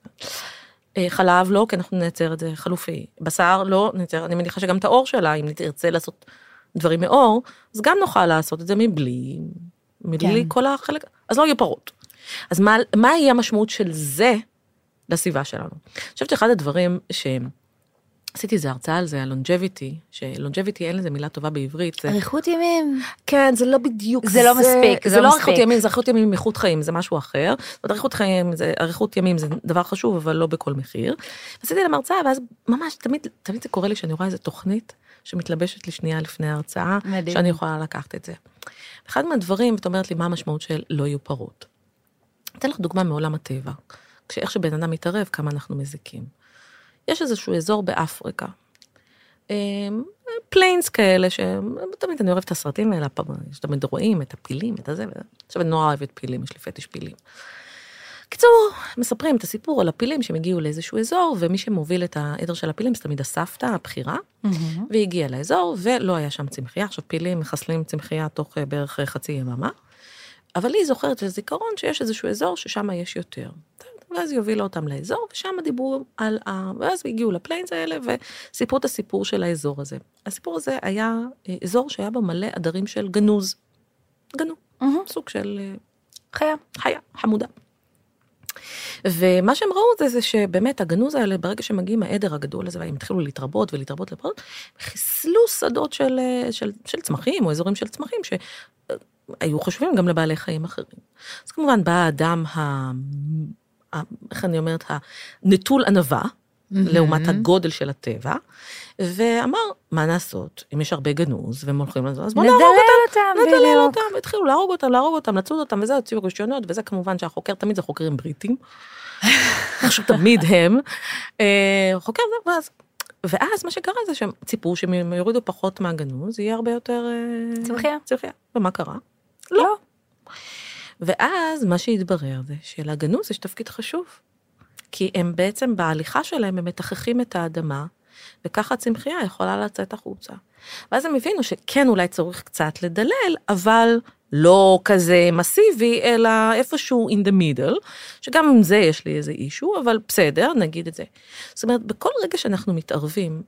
חלב לא, כי אנחנו נייצר את זה חלופי. בשר לא, נייצר, אני מניחה שגם את האור שלה, אם נרצה לעשות דברים מאור, אז גם נוכל לעשות את זה מבלי כל החלק, אז לא יהיו פרות. אז מה יהיה המשמעות של זה לסביבה שלנו? אני חושבת שאחד הדברים עשיתי איזה הרצאה על זה, הלונג'ביטי, שלונג'ביטי אין לזה מילה טובה בעברית. אריכות ימים. כן, זה לא בדיוק. זה לא מספיק. זה לא אריכות ימים, זה אריכות ימים עם איכות חיים, זה משהו אחר. אריכות ימים זה דבר חשוב, אבל לא בכל מחיר. עשיתי להם הרצאה, ואז ממש, תמיד זה קורה לי שאני רואה איזו תוכנית, שמתלבשת לי שנייה לפני ההרצאה, שאני יכולה לקחת את זה. אחד מהדברים, את אומרת לי, מה המשמעות של לא יהיו פרות? אתן לך דוגמה מעולם הטבע. כשאיך שבן אדם מתערב, כמה אנחנו מזיקים. יש איזשהו אזור באפריקה, פליינס כאלה, שתמיד אני אוהבת את הסרטים האלה, שתמיד רואים את הפילים, את הזה, עכשיו אני נורא אוהבת פילים, יש לי פטיש פילים. קיצור, מספרים את הסיפור על הפילים שהם הגיעו לאיזשהו אזור, ומי שמוביל את העדר של הפילים, זה תמיד הסבתא, הבחירה, והיא הגיעה לאזור, ולא היה שם צמחייה, עכשיו פילים מחסלים צמחייה תוך בערך חצי יממה, אבל היא זוכרת לזיכרון שיש איזשהו אזור ששם יש יותר. ואז היא הובילה אותם לאזור, ושם דיברו ואז הגיעו לפליינס האלה, וסיפרו את הסיפור של האזור הזה. הסיפור הזה היה אזור שהיה בו מלא עדרים של גנוז. גנו. סוג של חיה. חמודה. ומה שהם ראו זה שבאמת הגנוז האלה, ברגע שמגיעים העדר הגדול הזה, והם התחילו להתרבות ולהתרבות, חיסלו שדות של צמחים, או אזורים של צמחים, שהיו חשובים גם לבעלי חיים אחרים. אז כמובן בא האדם, איך אני אומרת, הנטול ענווה, לעומת הגודל של הטבע, ואמר, מה נעשות? אם יש הרבה גנוז, והם הולכים לזה, אז בוא נדלל אותם, והתחילו להרוג אותם, לצוד אותם, וזה הוציאו רישיונות, וזה כמובן שהחוקר, תמיד זה חוקרים בריטים, עכשיו תמיד הם, חוקר זה, ואז מה שקרה זה שהם ציפו שהם יורידו פחות מהגנוז, יהיה הרבה יותר צמחייה. ומה קרה? לא. ואז מה שהתברר זה שלגנוז יש תפקיד חשוב, כי הם בעצם בהליכה שלהם, הם מתחכים את האדמה, וככה הצמחייה יכולה לצאת החוצה. ואז הם הבינו שכן אולי צריך קצת לדלל, אבל לא כזה מסיבי, אלא איפשהו in the middle, שגם עם זה יש לי איזה אישו, אבל בסדר, נגיד את זה. זאת אומרת, בכל רגע שאנחנו מתערבים,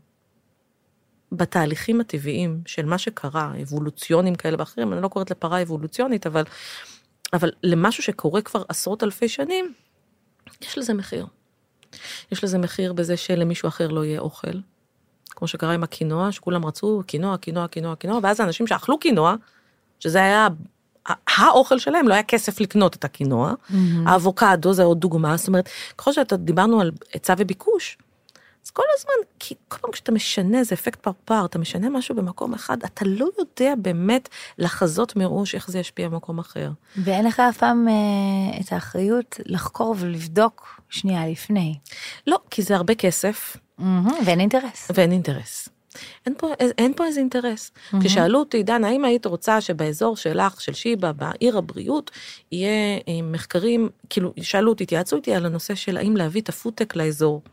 בתהליכים הטבעיים של מה שקרה, אבולוציונים כאלה ואחרים, אני לא קוראת לפרה אבולוציונית, אבל למשהו שקורה כבר עשרות אלפי שנים, יש לזה מחיר. יש לזה מחיר בזה שלמישהו אחר לא יהיה אוכל, כמו שקרה עם הקינוע, שכולם רצו קינוע, ואז האנשים שאכלו קינוע, שזה היה האוכל שלהם, לא היה כסף לקנות את הקינוע, האבוקדו זה עוד דוגמה, זאת אומרת, ככל שדיברנו על היצע וביקוש, אז כל הזמן, כי כל פעם כשאתה משנה, זה אפקט פרפר, אתה משנה משהו במקום אחד, אתה לא יודע באמת לחזות מראש איך זה ישפיע במקום אחר. ואין לך אף פעם את האחריות לחקור ולבדוק שנייה לפני. לא, כי זה הרבה כסף. ואין אינטרס. אין פה איזה אינטרס. כששאלו אותי, דן, האם היית רוצה שבאזור שלך, של שיבה, בעיר הבריאות, יהיה מחקרים, כאילו, שאלו אותי, תייעצו איתי על הנושא של האם להביא את הפודטק לאזור.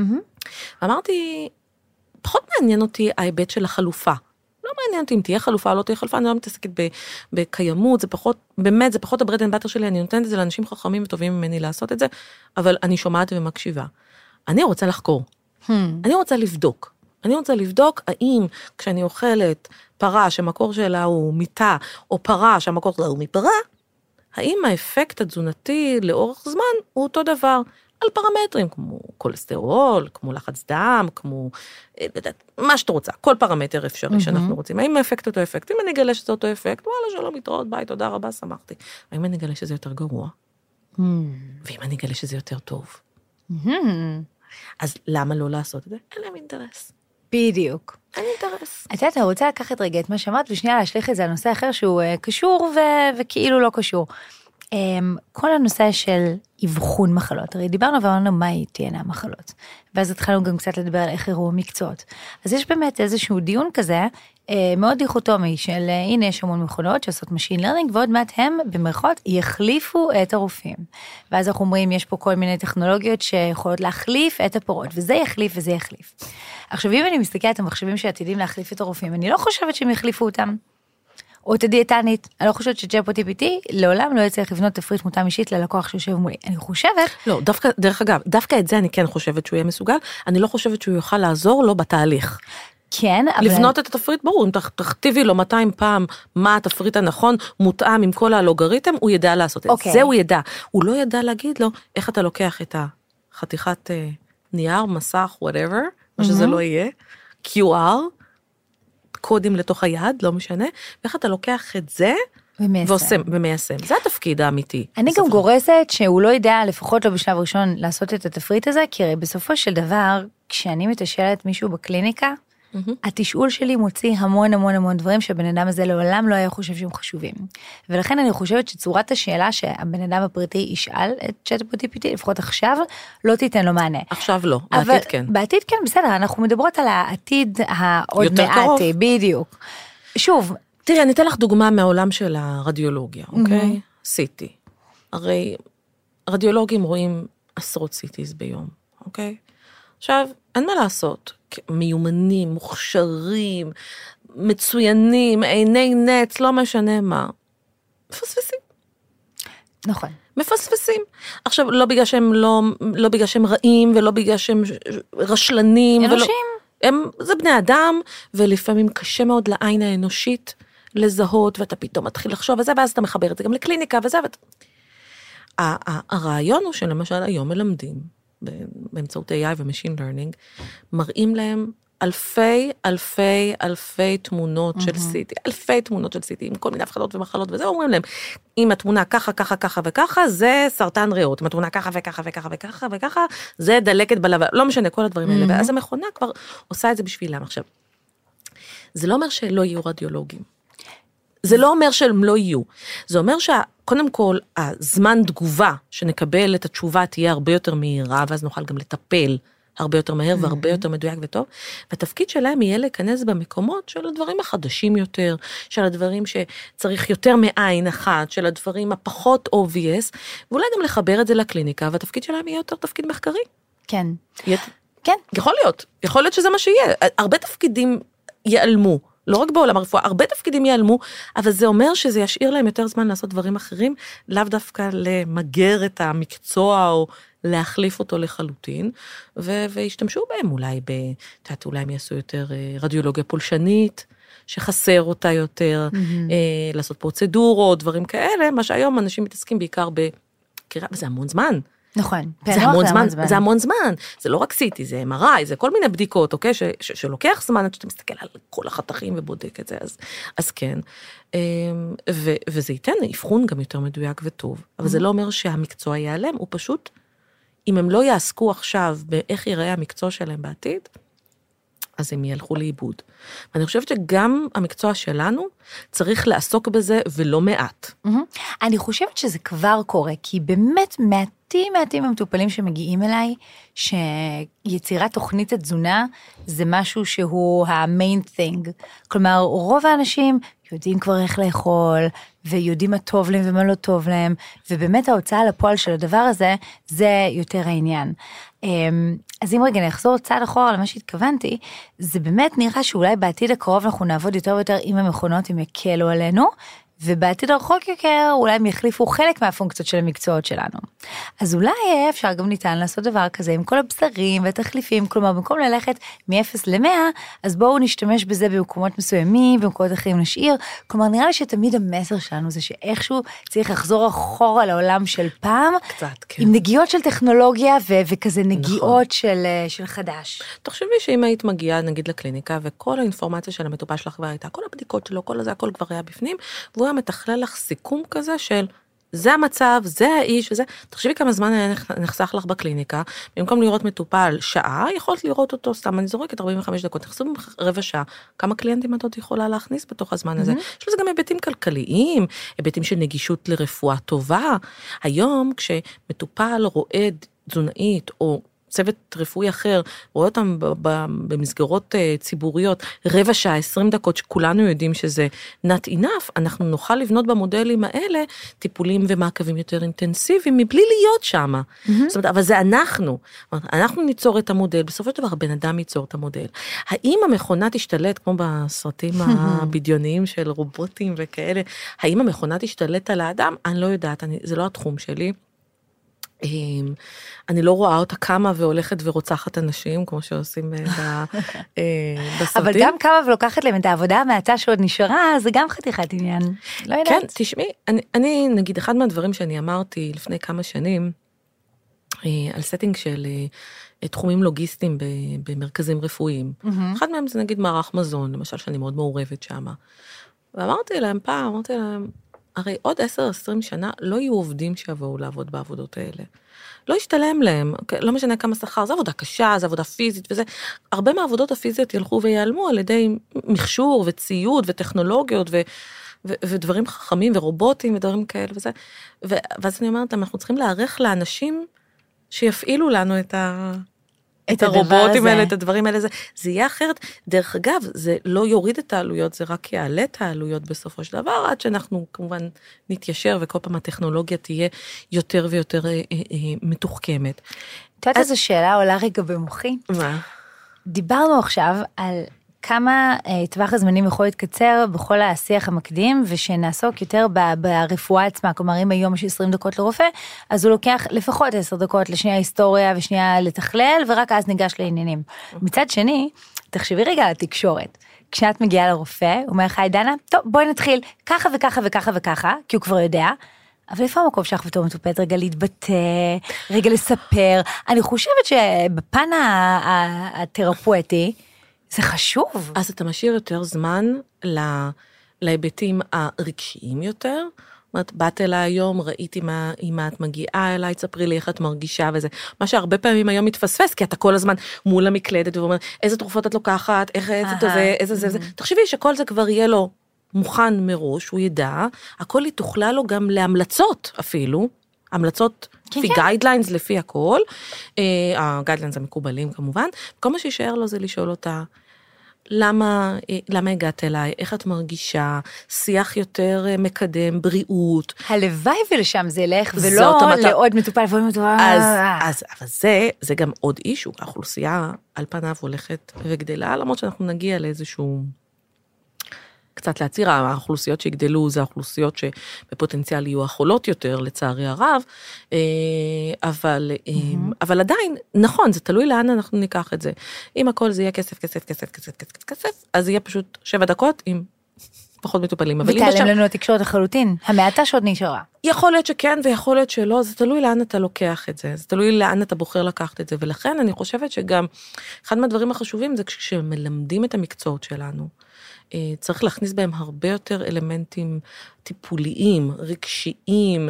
אמרתי, פחות מעניין אותי ההיבט של החלופה. לא מעניין אותי אם תהיה חלופה או לא תהיה חלופה, אני לא מתעסקת בקיימות, זה פחות, באמת, זה פחות הברד אנד באטר שלי, אני נותנת את זה לאנשים חכמים וטובים ממני לעשות את זה, אבל אני שומעת ומקשיבה. אני רוצה לחקור. אני רוצה לבדוק האם כשאני אוכלת פרה שמקור שלה הוא מיטה, או פרה שהמקור שלה הוא מפרה, האם האפקט התזונתי לאורך זמן הוא אותו דבר, על פרמטרים כמו קולסטרול, כמו לחץ דם, כמו מה שאתה רוצה, כל פרמטר אפשרי שאנחנו רוצים. האם האפקט אותו אפקט? אם אני אגלה שזה אותו אפקט, וואלה, שלום, להתראות, ביי, תודה רבה, שמחתי. האם אני אגלה שזה יותר גרוע? ואם אני אגלה שזה יותר טוב? אז למה לא לעשות את זה? אין להם אינטרס. בדיוק. אין אינטרס. אתה רוצה לקחת רגע את מה שאמרת, ושנייה להשליך את זה על נושא אחר שהוא קשור וכאילו לא קשור. כל הנושא של אבחון מחלות, הרי דיברנו ואמרנו מה תהיינה המחלות, ואז התחלנו גם קצת לדבר על איך יראו המקצועות. אז יש באמת איזשהו דיון כזה, מאוד דיכוטומי, של הנה יש המון מכונות שעושות Machine Learning, ועוד מעט הם במרכאות יחליפו את הרופאים. ואז אנחנו אומרים, יש פה כל מיני טכנולוגיות שיכולות להחליף את הפרות, וזה יחליף וזה יחליף. עכשיו, אם אני מסתכלת על המחשבים שעתידים להחליף את הרופאים, אני לא חושבת שהם יחליפו אותם. או את הדיאטנית, אני לא חושבת ש-ChatGPT לעולם לא יצליח לבנות תפריט מותאם אישית ללקוח שיושב מולי. אני חושבת... לא, דרך אגב, דווקא את זה אני כן חושבת שהוא יהיה מסוגל, אני לא חושבת שהוא יוכל לעזור לו בתהליך. כן, אבל... לבנות את התפריט, ברור, אם תכתיבי לו 200 פעם מה התפריט הנכון, מותאם עם כל האלוגריתם, הוא ידע לעשות את זה, הוא ידע. הוא לא ידע להגיד לו איך אתה לוקח את החתיכת נייר, מסך, whatever, מה שזה לא יהיה, QR, קודים לתוך היד, לא משנה, ואיך אתה לוקח את זה, ומיישם. זה התפקיד האמיתי. אני גם גורסת שהוא לא ידע, לפחות לא בשלב ראשון, לעשות את התפריט הזה, כי הרי בסופו של דבר, כשאני מתשאלת מישהו בקליניקה, התשאול שלי מוציא המון המון המון דברים שהבן אדם הזה לעולם לא היה חושב שהם חשובים. ולכן אני חושבת שצורת השאלה שהבן אדם הפרטי ישאל את ChatGPT, לפחות עכשיו, לא תיתן לו מענה. עכשיו לא, בעתיד כן. בעתיד כן, בסדר, אנחנו מדברות על העתיד העוד מעט, בדיוק. שוב. תראי, אני אתן לך דוגמה מהעולם של הרדיולוגיה, אוקיי? CT. הרי רדיולוגים רואים עשרות CTs ביום, אוקיי? עכשיו, אין מה לעשות. מיומנים, מוכשרים, מצוינים, עיני נץ, לא משנה מה. מפספסים. נכון. מפספסים. עכשיו, לא בגלל שהם רעים, ולא בגלל שהם רשלנים. אנושים. זה בני אדם, ולפעמים קשה מאוד לעין האנושית לזהות, ואתה פתאום מתחיל לחשוב, ואז אתה מחבר את זה גם לקליניקה, הרעיון הוא שלמשל היום מלמדים, באמצעות AI ו-Machine Learning, מראים להם אלפי תמונות של CT, אלפי תמונות של CT, עם כל מיני הפחדות ומחלות, וזה אומרים להם, אם התמונה ככה, ככה, ככה וככה, זה סרטן ריאות, אם התמונה ככה וככה וככה וככה וככה, זה דלקת בלבן, לא משנה, כל הדברים האלה, ואז המכונה כבר עושה את זה בשבילם. עכשיו, זה לא אומר שלא יהיו רדיולוגים, זה לא אומר שהם לא יהיו, זה אומר שקודם כל, הזמן תגובה שנקבל את התשובה תהיה הרבה יותר מהירה, ואז נוכל גם לטפל הרבה יותר מהר והרבה יותר מדויק וטוב, והתפקיד שלהם יהיה להיכנס במקומות של הדברים החדשים יותר, של הדברים שצריך יותר מעין אחת, של הדברים הפחות obvious, ואולי גם לחבר את זה לקליניקה, והתפקיד שלהם יהיה יותר תפקיד מחקרי. כן. כן. יכול להיות שזה מה שיהיה. הרבה תפקידים ייעלמו, לא רק בעולם הרפואה, הרבה תפקידים ייעלמו, אבל זה אומר שזה ישאיר להם יותר זמן לעשות דברים אחרים, לאו דווקא למגר את המקצוע או להחליף אותו לחלוטין, וישתמשו בהם אולי, אולי הם יעשו יותר רדיולוגיה פולשנית, שחסר אותה יותר, לעשות פרוצדורות, דברים כאלה, מה שהיום אנשים מתעסקים בעיקר בקריאה, וזה המון זמן. נכון. זה המון זמן, זה לא רק CT, זה MRI, זה כל מיני בדיקות, אוקיי, שלוקח זמן, עד שאתה מסתכל על כל החתכים ובודק את זה, אז כן, וזה ייתן אבחון גם יותר מדויק וטוב, אבל זה לא אומר שהמקצוע ייעלם, הוא פשוט, אם הם לא יעסקו עכשיו באיך ייראה המקצוע שלהם בעתיד, אז הם ילכו לאיבוד. ואני חושבת שגם המקצוע שלנו צריך לעסוק בזה ולא מעט. אני חושבת שזה כבר קורה, כי באמת מעטים המטופלים שמגיעים אליי, שיצירת תוכנית התזונה זה משהו שהוא ה-main thing. כלומר, רוב האנשים יודעים כבר איך לאכול, ויודעים מה טוב להם ומה לא טוב להם, ובאמת ההוצאה לפועל של הדבר הזה, זה יותר העניין. אז אם רגע נחזור צעד אחורה למה שהתכוונתי, זה באמת נראה שאולי בעתיד הקרוב אנחנו נעבוד יותר ויותר עם המכונות, אם יקלו עלינו, ובעתיד הרחוק יותר אולי הם יחליפו חלק מהפונקציות של המקצועות שלנו. אז אולי אפשר גם ניתן לעשות דבר כזה עם כל הבשרים והתחליפים, כלומר במקום ללכת מ-0 ל-100, אז בואו נשתמש בזה במקומות מסוימים, במקומות אחרים נשאיר, כלומר נראה לי שתמיד המסר שלנו זה שאיכשהו צריך לחזור אחורה לעולם של פעם, קצת, כן. עם נגיעות של טכנולוגיה וכזה נגיעות של חדש. תחשבי שאם היית מגיעה נגיד לקליניקה, וכל האינפורמציה של המטופל שלך כבר הייתה, כל הבדיקות שלו, כל הזה, הכל כבר היה בפנים, והוא היה מתכלל לך סיכום כזה של זה המצב, זה האיש וזה, תחשבי כמה זמן היה נחסך לך בקליניקה, במקום לראות מטופל שעה, יכולת לראות אותו, סתם אני זורקת 45 דקות, תחסו רבע שעה, כמה קליינטים את עוד יכולה להכניס בתוך הזמן הזה, יש לזה גם היבטים כלכליים, היבטים של נגישות לרפואה טובה, היום כשמטופל רועד תזונאית או צוות רפואי אחר, רואה אותם במסגרות ציבוריות, רבע שעה, 20 דקות, שכולנו יודעים שזה not enough, אנחנו נוכל לבנות במודלים האלה, טיפולים ומעקבים יותר אינטנסיביים, מבלי להיות שם. זאת אומרת, אבל זה אנחנו ניצור את המודל, בסופו של דבר הבן אדם ייצור את המודל. האם המכונה תשתלט, כמו בסרטים הבדיוניים של רובוטים וכאלה, האם המכונה תשתלט על האדם? אני לא יודעת, זה לא התחום שלי. אני לא רואה אותה קמה והולכת ורוצחת אנשים, כמו שעושים בסרטים. אבל גם קמה ולוקחת להם את העבודה המעטה שעוד נשארה, זה גם חתיכת עניין. לא יודעת. כן, תשמעי, אני נגיד, אחד מהדברים שאני אמרתי לפני כמה שנים, על סטינג של תחומים לוגיסטיים במרכזים רפואיים. אחד מהם זה נגיד מערך מזון, למשל שאני מאוד מעורבת שם. ואמרתי להם פעם, הרי עוד 10-20 שנה לא יהיו עובדים שיבואו לעבוד בעבודות האלה. לא ישתלם להם, לא משנה כמה שכר, זה עבודה קשה, זה עבודה פיזית וזה. הרבה מהעבודות הפיזיות ילכו ויעלמו על ידי מכשור וציוד וטכנולוגיות ודברים חכמים ורובוטים ודברים כאלה וזה. ואז אני אומרת, אנחנו צריכים להערך לאנשים שיפעילו לנו את הרובוטים האלה, את הדברים האלה, זה יהיה אחרת. דרך אגב, זה לא יוריד את העלויות, זה רק יעלה את העלויות בסופו של דבר, עד שאנחנו כמובן נתיישר, וכל פעם הטכנולוגיה תהיה יותר ויותר מתוחכמת. את יודעת איזו שאלה עולה רגע במוחי? מה? דיברנו עכשיו על כמה טווח הזמנים יכול להתקצר בכל השיח המקדים, ושנעסוק יותר ברפואה עצמה, כלומר אם היום יש 20 דקות לרופא, אז הוא לוקח לפחות 10 דקות לשנייה היסטוריה ושנייה לתכלל, ורק אז ניגש לעניינים. מצד שני, תחשבי רגע על התקשורת. כשאת מגיעה לרופא, הוא אומר לך, דנה, טוב, בואי נתחיל ככה וככה וככה וככה, כי הוא כבר יודע, אבל איפה המקום שלך בתור מטופלת? רגע להתבטא, רגע לספר. אני חושבת שבפן התרפואטי, זה חשוב. אז אתה משאיר יותר זמן להיבטים הרגשיים יותר. זאת אומרת, באת אליי היום, ראיתי מה את מגיעה אליי, תספרי לי איך את מרגישה וזה. מה שהרבה פעמים היום מתפספס, כי אתה כל הזמן מול המקלדת ואומר, איזה תרופות את לוקחת, איזה זה. תחשבי שכל זה כבר יהיה לו מוכן מראש, הוא ידע, הכל היא תוכלה לו גם להמלצות אפילו, המלצות לפי גיידליינס, לפי הכל, הגיידליינס המקובלים כמובן, כל מה שישאר לו זה לשאול אותה, למה הגעת אליי, איך את מרגישה, שיח יותר מקדם, בריאות. הלוואי ולשם זה ילך, ולא לעוד מטופל ועוד מטופל. אבל זה גם עוד אישו, האוכלוסייה על פניו הולכת וגדלה, למרות שאנחנו נגיע לאיזשהו, קצת להציר, האוכלוסיות שיגדלו, זה האוכלוסיות שבפוטנציאל יהיו החולות יותר, לצערי הרב, אבל עדיין, נכון, זה תלוי לאן אנחנו ניקח את זה. אם הכל זה יהיה כסף, אז יהיה פשוט 7 דקות עם פחות מטופלים. ותעלם לנו התקשורת לחלוטין, המעטה שעוד נשארה. יכול להיות שכן ויכול להיות שלא, זה תלוי לאן אתה לוקח את זה, זה תלוי לאן אתה בוחר לקחת את זה, ולכן אני חושבת שגם אחד מהדברים החשובים זה כשמלמדים את המקצועות שלנו, צריך להכניס בהם הרבה יותר אלמנטים טיפוליים, רגשיים,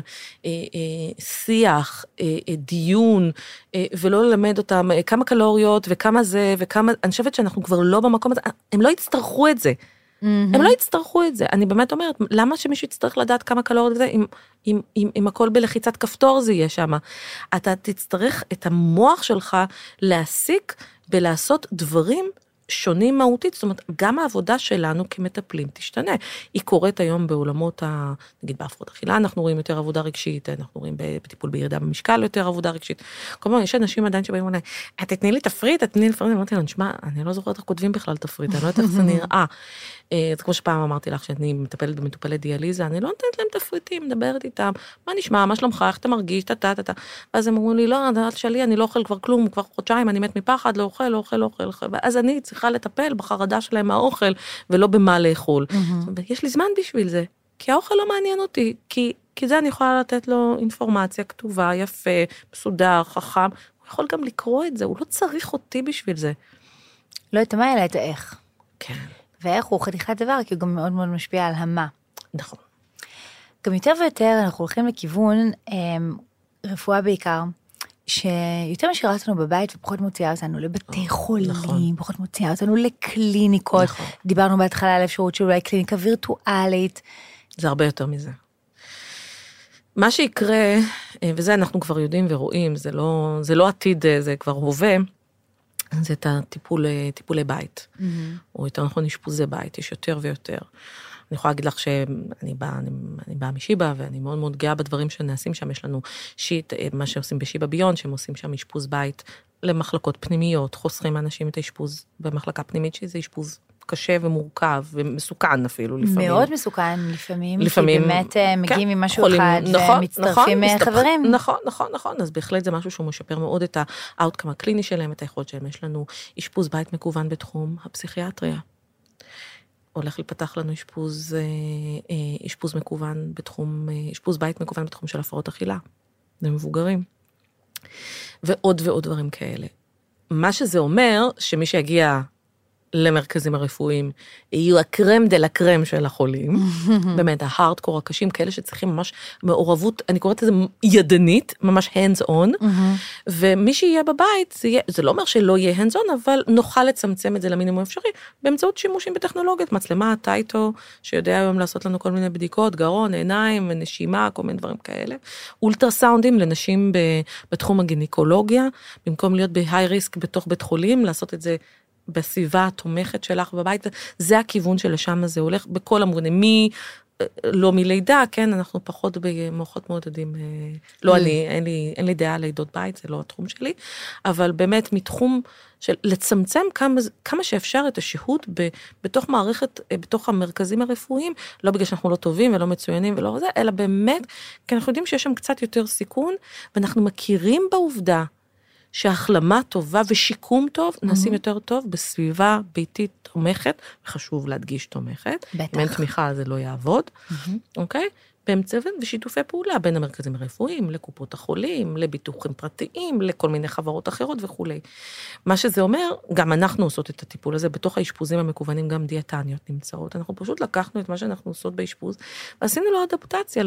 שיח, דיון, ולא ללמד אותם כמה קלוריות וכמה זה וכמה, אני חושבת שאנחנו כבר לא במקום הזה, הם לא יצטרכו את זה. הם לא יצטרכו את זה. אני באמת אומרת, למה שמישהו יצטרך לדעת כמה קלוריות זה, אם הכל בלחיצת כפתור זה יהיה שם. אתה תצטרך את המוח שלך להסיק ולעשות דברים שונים מהותית, זאת אומרת, גם העבודה שלנו כמטפלים תשתנה. היא קורית היום בעולמות, נגיד בהפרעות אכילה, אנחנו רואים יותר עבודה רגשית, אנחנו רואים בטיפול בירידה במשקל יותר עבודה רגשית. כלומר, יש אנשים עדיין שבאים ואומרים, תתני לי תפריט, אמרתי לה, נשמע, אני לא זוכרת איך כותבים בכלל תפריט, אני לא יודעת איך זה נראה. זה כמו שפעם אמרתי לך, שאני מטפלת במטופלי דיאליזה, אני לא נותנת להם תפריטים, מדברת איתם, מה נשמע, מה שלומך, איך אתה מרגיש, ואז הם אמרו לי, לא, אני לא אוכל כבר כלום, כבר חודשיים, אני מת מפחד, לא אוכל. ואז אני צריכה לטפל בחרדה שלהם מהאוכל, ולא במה לאכול. יש לי זמן בשביל זה, כי האוכל לא מעניין אותי, כי זה אני יכולה לתת לו אינפורמציה כתובה, יפה, מסודר, חכם, הוא יכול גם לקרוא את זה, הוא לא צריך אותי בשביל זה. לא את מה, אלא את האיך. כן. ואיך הוא חתיכת דבר, כי הוא גם מאוד מאוד משפיע על המה. נכון. גם יותר ויותר אנחנו הולכים לכיוון רפואה בעיקר, שיותר משאירה אותנו בבית ופחות מוציאה אותנו לבתי חולים, פחות מוציאה אותנו לקליניקות. דיברנו בהתחלה על אפשרות של אולי קליניקה וירטואלית. זה הרבה יותר מזה. מה שיקרה, וזה אנחנו כבר יודעים ורואים, זה לא עתיד, זה כבר הווה, זה את טיפולי בית, או יותר נכון אשפוזי בית, יש יותר ויותר. אני יכולה להגיד לך שאני באה משיבה, ואני מאוד מאוד גאה בדברים שנעשים שם, יש לנו מה שעושים בשיבה ביון, שהם עושים שם אשפוז בית למחלקות פנימיות, חוסכים אנשים את האשפוז במחלקה פנימית, שזה אשפוז קשה ומורכב, ומסוכן אפילו לפעמים. מאוד מסוכן לפעמים, כי באמת מגיעים עם משהו אחד, ומצטרפים חברים. נכון, אז בהחלט זה משהו שהוא משפר מאוד את האוטקאם הקליני שלהם, את היכולת שלהם. יש לנו אשפוז בית מקוון בתחום הפסיכיאטריה. הולך לפתח לנו אשפוז מקוון בתחום, אשפוז בית מקוון בתחום של הפרעות אכילה, למבוגרים. ועוד ועוד דברים כאלה. מה שזה אומר, שמי שיגיע למרכזים הרפואיים, יהיו הקרם דה לקרם של החולים, באמת, ההארדקור הקשים, כאלה שצריכים ממש מעורבות, אני קוראת לזה ידנית, ממש hands on, ומי שיהיה בבית, זה לא אומר שלא יהיה hands on, אבל נוכל לצמצם את זה למינימום אפשרי, באמצעות שימושים בטכנולוגיות, מצלמה, טייטו, שיודע היום לעשות לנו כל מיני בדיקות, גרון, עיניים, נשימה, כל מיני דברים כאלה, אולטרסאונדים לנשים בתחום הגינקולוגיה, במקום להיות בהיי ריסק בתוך בית חולים, לעשות את זה בסביבה התומכת שלך בבית, זה הכיוון שלשם הזה הולך בכל המובנים, לא מלידה, כן, אנחנו פחות במוחות מעודדים, לא אני, אין לי דעה לידות בית, זה לא התחום שלי, אבל באמת מתחום של לצמצם כמה שאפשר את השהות בתוך מערכת, בתוך המרכזים הרפואיים, לא בגלל שאנחנו לא טובים ולא מצוינים ולא זה, אלא באמת, כי אנחנו יודעים שיש שם קצת יותר סיכון, ואנחנו מכירים בעובדה, שהחלמה טובה ושיקום טוב, נעשים יותר טוב בסביבה ביתית תומכת, וחשוב להדגיש תומכת. בטח. אם אין תמיכה זה לא יעבוד, אוקיי? באמצעות ושיתופי פעולה בין המרכזים הרפואיים, לקופות החולים, לביטוחים פרטיים, לכל מיני חברות אחרות וכו'. מה שזה אומר, גם אנחנו עושות את הטיפול הזה, בתוך האשפוזים המקוונים גם דיאטניות נמצאות. אנחנו פשוט לקחנו את מה שאנחנו עושות באשפוז, ועשינו לו אדפטציה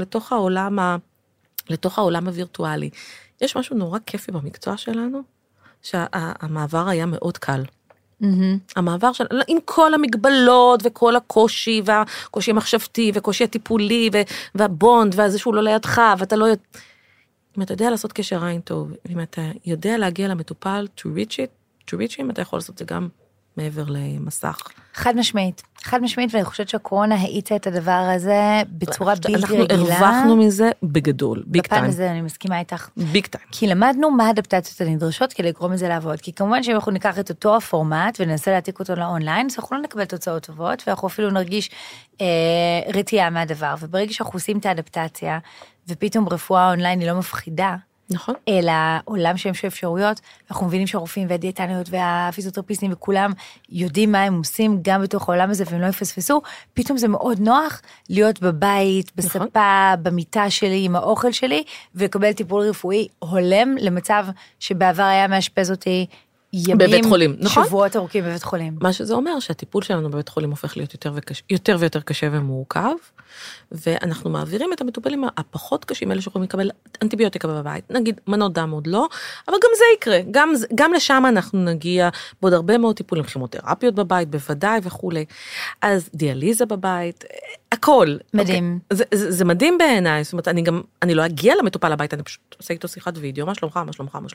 לתוך העולם הווירטואלי. יש משהו נורא כיפי במקצוע שלנו, שהמעבר היה מאוד קל. המעבר של, עם כל המגבלות וכל הקושי, והקושי המחשבתי, וקושי הטיפולי, והבונד, וזה שהוא לא לידך, ואתה לא... אם אתה יודע לעשות קשר עין טוב, אם אתה יודע להגיע למטופל, to reach him, אתה יכול לעשות את זה גם מעבר למסך. חד משמעית, ואני חושבת שהקורונה האיצה את הדבר הזה בצורה בלתי רגילה. אנחנו הרווחנו מזה בגדול, ביג טיים. בפן הזה אני מסכימה איתך. ביג טיים. כי למדנו מה האדפטציות הנדרשות כדי לגרום לזה לעבוד. כי כמובן שאם אנחנו ניקח את אותו הפורמט וננסה להעתיק אותו לאונליין, אז אנחנו לא נקבל תוצאות טובות, ואנחנו אפילו נרגיש רתיעה מהדבר. וברגע שאנחנו עושים את האדפטציה, ופתאום רפואה אונליין היא לא מפחידה, נכון. אלא עולם שהם אפשרויות, אנחנו מבינים שהרופאים והדיאטניות והפיזיותרפיסטים וכולם יודעים מה הם עושים גם בתוך העולם הזה והם לא יפספסו, פתאום זה מאוד נוח להיות בבית, בספה, במיטה שלי, עם האוכל שלי, ולקבל טיפול רפואי הולם למצב שבעבר היה מאשפז אותי ימים, בבית חולים, נכון? שבועות ארוכים בבית חולים. מה שזה אומר שהטיפול שלנו בבית חולים הופך להיות יותר ויותר קשה ומורכב, ואנחנו מעבירים את המטופלים הפחות קשים, אלה שיכולים לקבל אנטיביוטיקה בבית, נגיד מנות דם עוד לא, אבל גם זה יקרה, גם לשם אנחנו נגיע, בעוד הרבה מאוד טיפולים, כימותרפיות בבית, בוודאי וכו'. אז דיאליזה בבית, הכל. מדהים. זה מדהים בעיניי, זאת אומרת, אני לא אגיע למטופל הבית, אני פשוט עושה איתו שיחת וידאו, מה שלומך,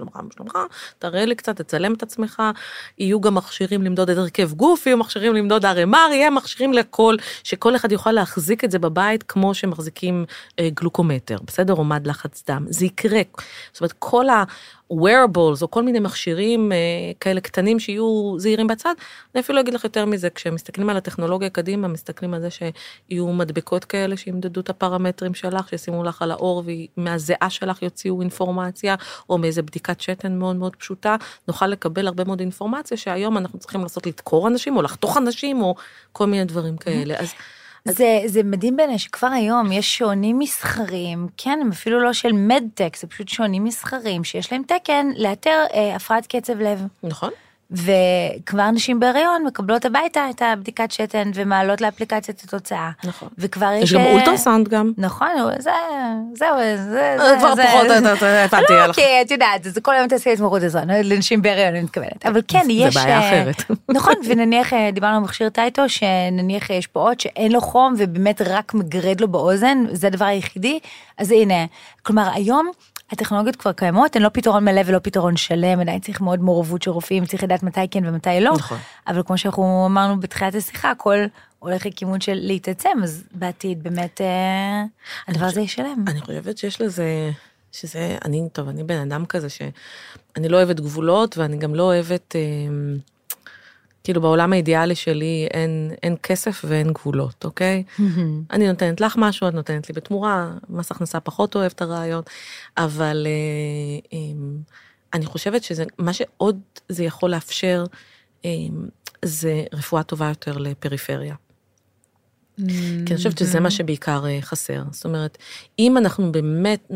תראה לי קצת, תצלם את עצמך, יהיו גם מכשירים למדוד את הרכב גוף, יהיו מכשירים למדוד RMR, יהיה מכשירים לכל, שכל אחד יוכל להחזיק את זה בבית, כמו שמחזיקים גלוקומטר, בסדר? או מד לחץ דם. זה יקרה. זאת אומרת, כל ה-wearables, או כל מיני מכשירים כאלה קטנים שיהיו זהירים בצד, אני אפילו אגיד לך יותר מזה, כשמסתכלים על הטכנולוגיה קדימה, מסתכלים על זה שיהיו מדבקות כאלה, שימדדו את הפרמטרים שלך, שישימו לך על האור, ומהזיעה שלך יוציאו אינפורמציה, או מאיזה בדיקת שתן מאוד מאוד פשוטה, נוכל לקבל הרבה מאוד אינפורמציה, שהיום אנחנו צריכים לעשות לתקור אנשים, או לחתוך אנשים, או כל מיני דברים כאלה. אז זה מדהים בעיניי שכבר היום יש שעונים מסחרים, כן, הם אפילו לא של מדטק, זה פשוט שעונים מסחרים, שיש להם תקן לאתר הפרעת קצב לב. נכון. וכבר נשים בהיריון מקבלות הביתה את הבדיקת שתן ומעלות לאפליקציית התוצאה. נכון. וכבר יש גם אולטרסאונד גם. נכון, זהו, כבר פחות, הבנתי עליך. כי את יודעת, זה כל היום תעשי התמחות עזרה, לנשים בהיריון אני מתכוונת. אבל כן, יש... זה בעיה אחרת. נכון, ונניח, דיברנו על מכשיר טייטו, שנניח יש פה עוד שאין לו חום, ובאמת רק מגרד לו באוזן, זה הדבר היחידי, אז הנה, כלומר, היום, הטכנולוגיות כבר קיימות, הן לא פתרון מלא ולא פתרון שלם, עדיין צריך מאוד מעורבות של רופאים, צריך לדעת מתי כן ומתי לא, נכון. אבל כמו שאנחנו אמרנו בתחילת השיחה, הכל הולך לכיוון של להתעצם, אז בעתיד באמת הדבר הזה ישלם. אני חושבת שיש לזה, אני בן אדם כזה שאני לא אוהבת גבולות, ואני גם לא אוהבת, כאילו בעולם האידיאלי שלי אין כסף ואין גבולות, אוקיי? אני נותנת לך משהו, את נותנת לי בתמורה, מס הכנסה פחות אוהב את הרעיון, אבל אני חושבת שזה, מה שעוד זה יכול לאפשר, זה רפואה טובה יותר לפריפריה. כי אני חושבת שזה מה שבעיקר חסר. זאת אומרת, אם אנחנו באמת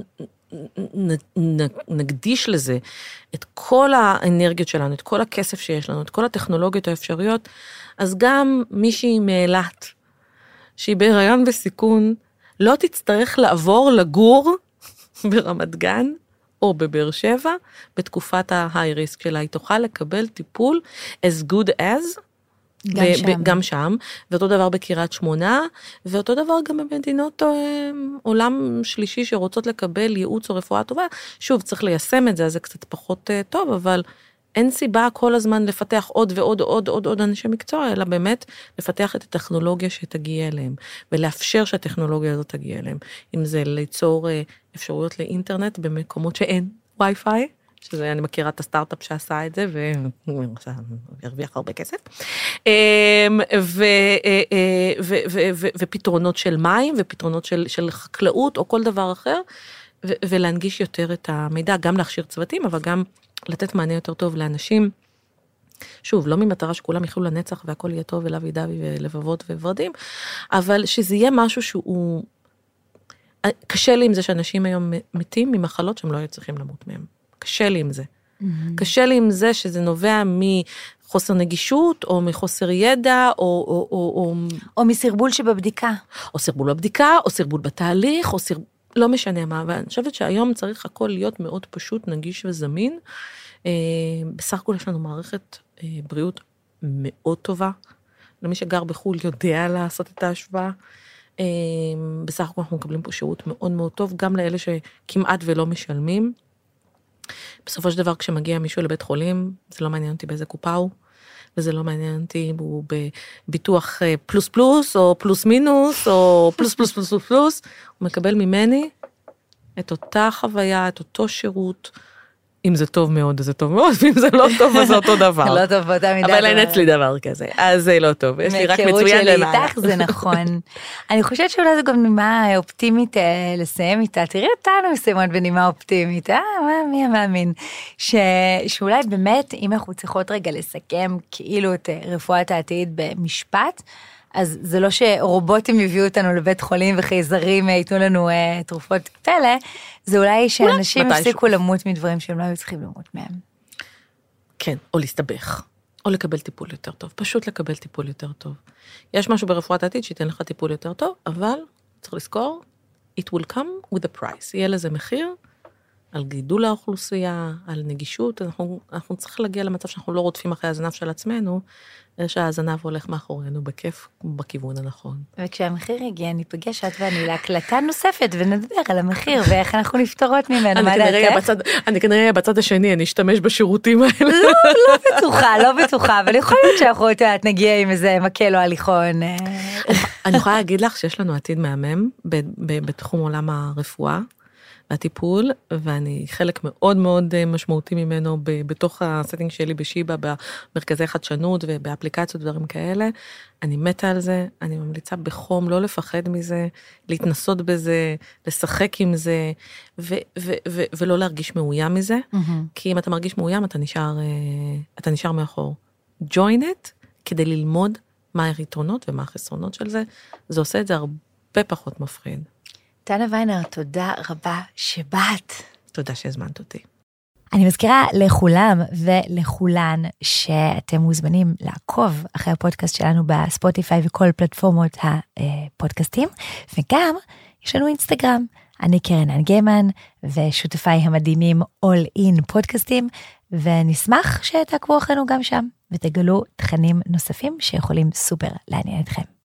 נקדיש לזה את כל האנרגיות שלנו, את כל הכסף שיש לנו, את כל הטכנולוגיות האפשריות, אז גם מישהי מאילת, שהיא בהיריון בסיכון, לא תצטרך לעבור לגור ברמת גן, או בבאר שבע, בתקופת ה-high risk שלה, היא תוכל לקבל טיפול as good as, גם שם, ואותו דבר בקריית שמונה, ואותו דבר גם במדינות עולם שלישי שרוצות לקבל ייעוץ או רפואה טובה, שוב, צריך ליישם את זה, אז זה קצת פחות טוב, אבל אין סיבה כל הזמן לפתח עוד ועוד אנשי מקצוע, אלא באמת לפתח את הטכנולוגיה שתגיע אליהם, ולאפשר שהטכנולוגיה הזאת תגיע אליהם, אם זה ליצור אפשרויות לאינטרנט במקומות שאין וי-פיי, שזה, אני מכירה את הסטארט-אפ שעשה את זה, והרוויח הרבה כסף, ופתרונות של מים, ופתרונות של חקלאות, או כל דבר אחר, ולהנגיש יותר את המידע, גם להכשיר צוותים, אבל גם לתת מענה יותר טוב לאנשים, שוב, לא ממטרה שכולם יחיו לנצח והכל יהיה טוב ולאו ידעי ולבבות וורדים, אבל שזה יהיה משהו שהוא, קשה לי עם זה שאנשים היום מתים ממחלות שהם לא היו צריכים למות מהם. קשה לי עם זה. קשה לי עם זה שזה נובע מחוסר נגישות, או מחוסר ידע, או מסרבול שבבדיקה. או סרבול בבדיקה, או סרבול בתהליך, או לא משנה מה, אבל אני חושבת שהיום צריך הכל להיות מאוד פשוט, נגיש וזמין. בסך הכל יש לנו מערכת בריאות מאוד טובה, למי שגר בחול יודע לעשות את ההשוואה, בסך הכל אנחנו מקבלים פה שירות מאוד מאוד טוב, גם לאלה שכמעט ולא משלמים. בסופו של דבר כשמגיע מישהו לבית חולים, זה לא מעניין אותי באיזה קופה הוא, וזה לא מעניין אותי אם הוא בביטוח פלוס פלוס, או פלוס מינוס, או פלוס פלוס פלוס פלוס פלוס, הוא מקבל ממני את אותה חוויה, את אותו שירות, אם זה טוב מאוד, אז זה טוב מאוד, ואם זה לא טוב, אז זה אותו דבר. לא טוב באותה מידה. אבל אין אצלי דבר כזה, אז זה לא טוב, יש לי רק מצוין למעלה. מהיכרות שלי איתך זה נכון. אני חושבת שאולי זו גם נימה אופטימית לסיים איתה, תראי אותנו מסיימות בנימה אופטימית, מי המאמין? שאולי באמת, אם אנחנו צריכות רגע לסכם כאילו את רפואת העתיד במשפט, אז זה לא שרובוטים יביאו אותנו לבית חולים וחייזרים ייתנו לנו תרופות פלא, זה אולי שאנשים יפסיקו למות מדברים שהם לא היו צריכים למות מהם. כן, או להסתבך, או לקבל טיפול יותר טוב, פשוט לקבל טיפול יותר טוב. יש משהו ברפואת העתיד שייתן לך טיפול יותר טוב, אבל צריך לזכור, it will come with a price, יהיה לזה מחיר, על גידול האוכלוסייה, על נגישות, אנחנו צריכים להגיע למצב שאנחנו לא רודפים אחרי הזנב של עצמנו, אלא שהזנב הולך מאחורינו בכיף, בכיוון הנכון. וכשהמחיר יגיע, ניפגש את ואני להקלטה נוספת, ונדבר על המחיר, ואיך אנחנו נפתרות ממנו, מה דעתך? אני כנראה בצד השני, אני אשתמש בשירותים האלה. לא בטוחה, אבל יכול להיות שאנחנו נגיע עם איזה מקל או הליכון. אני יכולה להגיד לך שיש לנו עתיד מהמם, בתחום עולם הרפואה, הטיפול, ואני חלק מאוד מאוד משמעותי ממנו בתוך הסטינג שלי בשיבה, במרכזי חדשנות ובאפליקציות ודברים כאלה. אני מתה על זה, אני ממליצה בחום לא לפחד מזה, להתנסות בזה, לשחק עם זה, ולא להרגיש מאוים מזה, כי אם אתה מרגיש מאוים, אתה נשאר מאחור. join it, כדי ללמוד מה היתרונות ומה החסרונות של זה, זה עושה את זה הרבה פחות מפחיד. טנה ויינר, תודה רבה שבאת. תודה שהזמנת אותי. אני מזכירה לכולם ולכולן שאתם מוזמנים לעקוב אחרי הפודקאסט שלנו בספוטיפיי וכל פלטפורמות הפודקאסטים, וגם יש לנו אינסטגרם, אני קרן גיימן ושותפיי המדהימים All In פודקאסטים, ונשמח שתעקבו אחרינו גם שם ותגלו תכנים נוספים שיכולים סופר לעניין אתכם.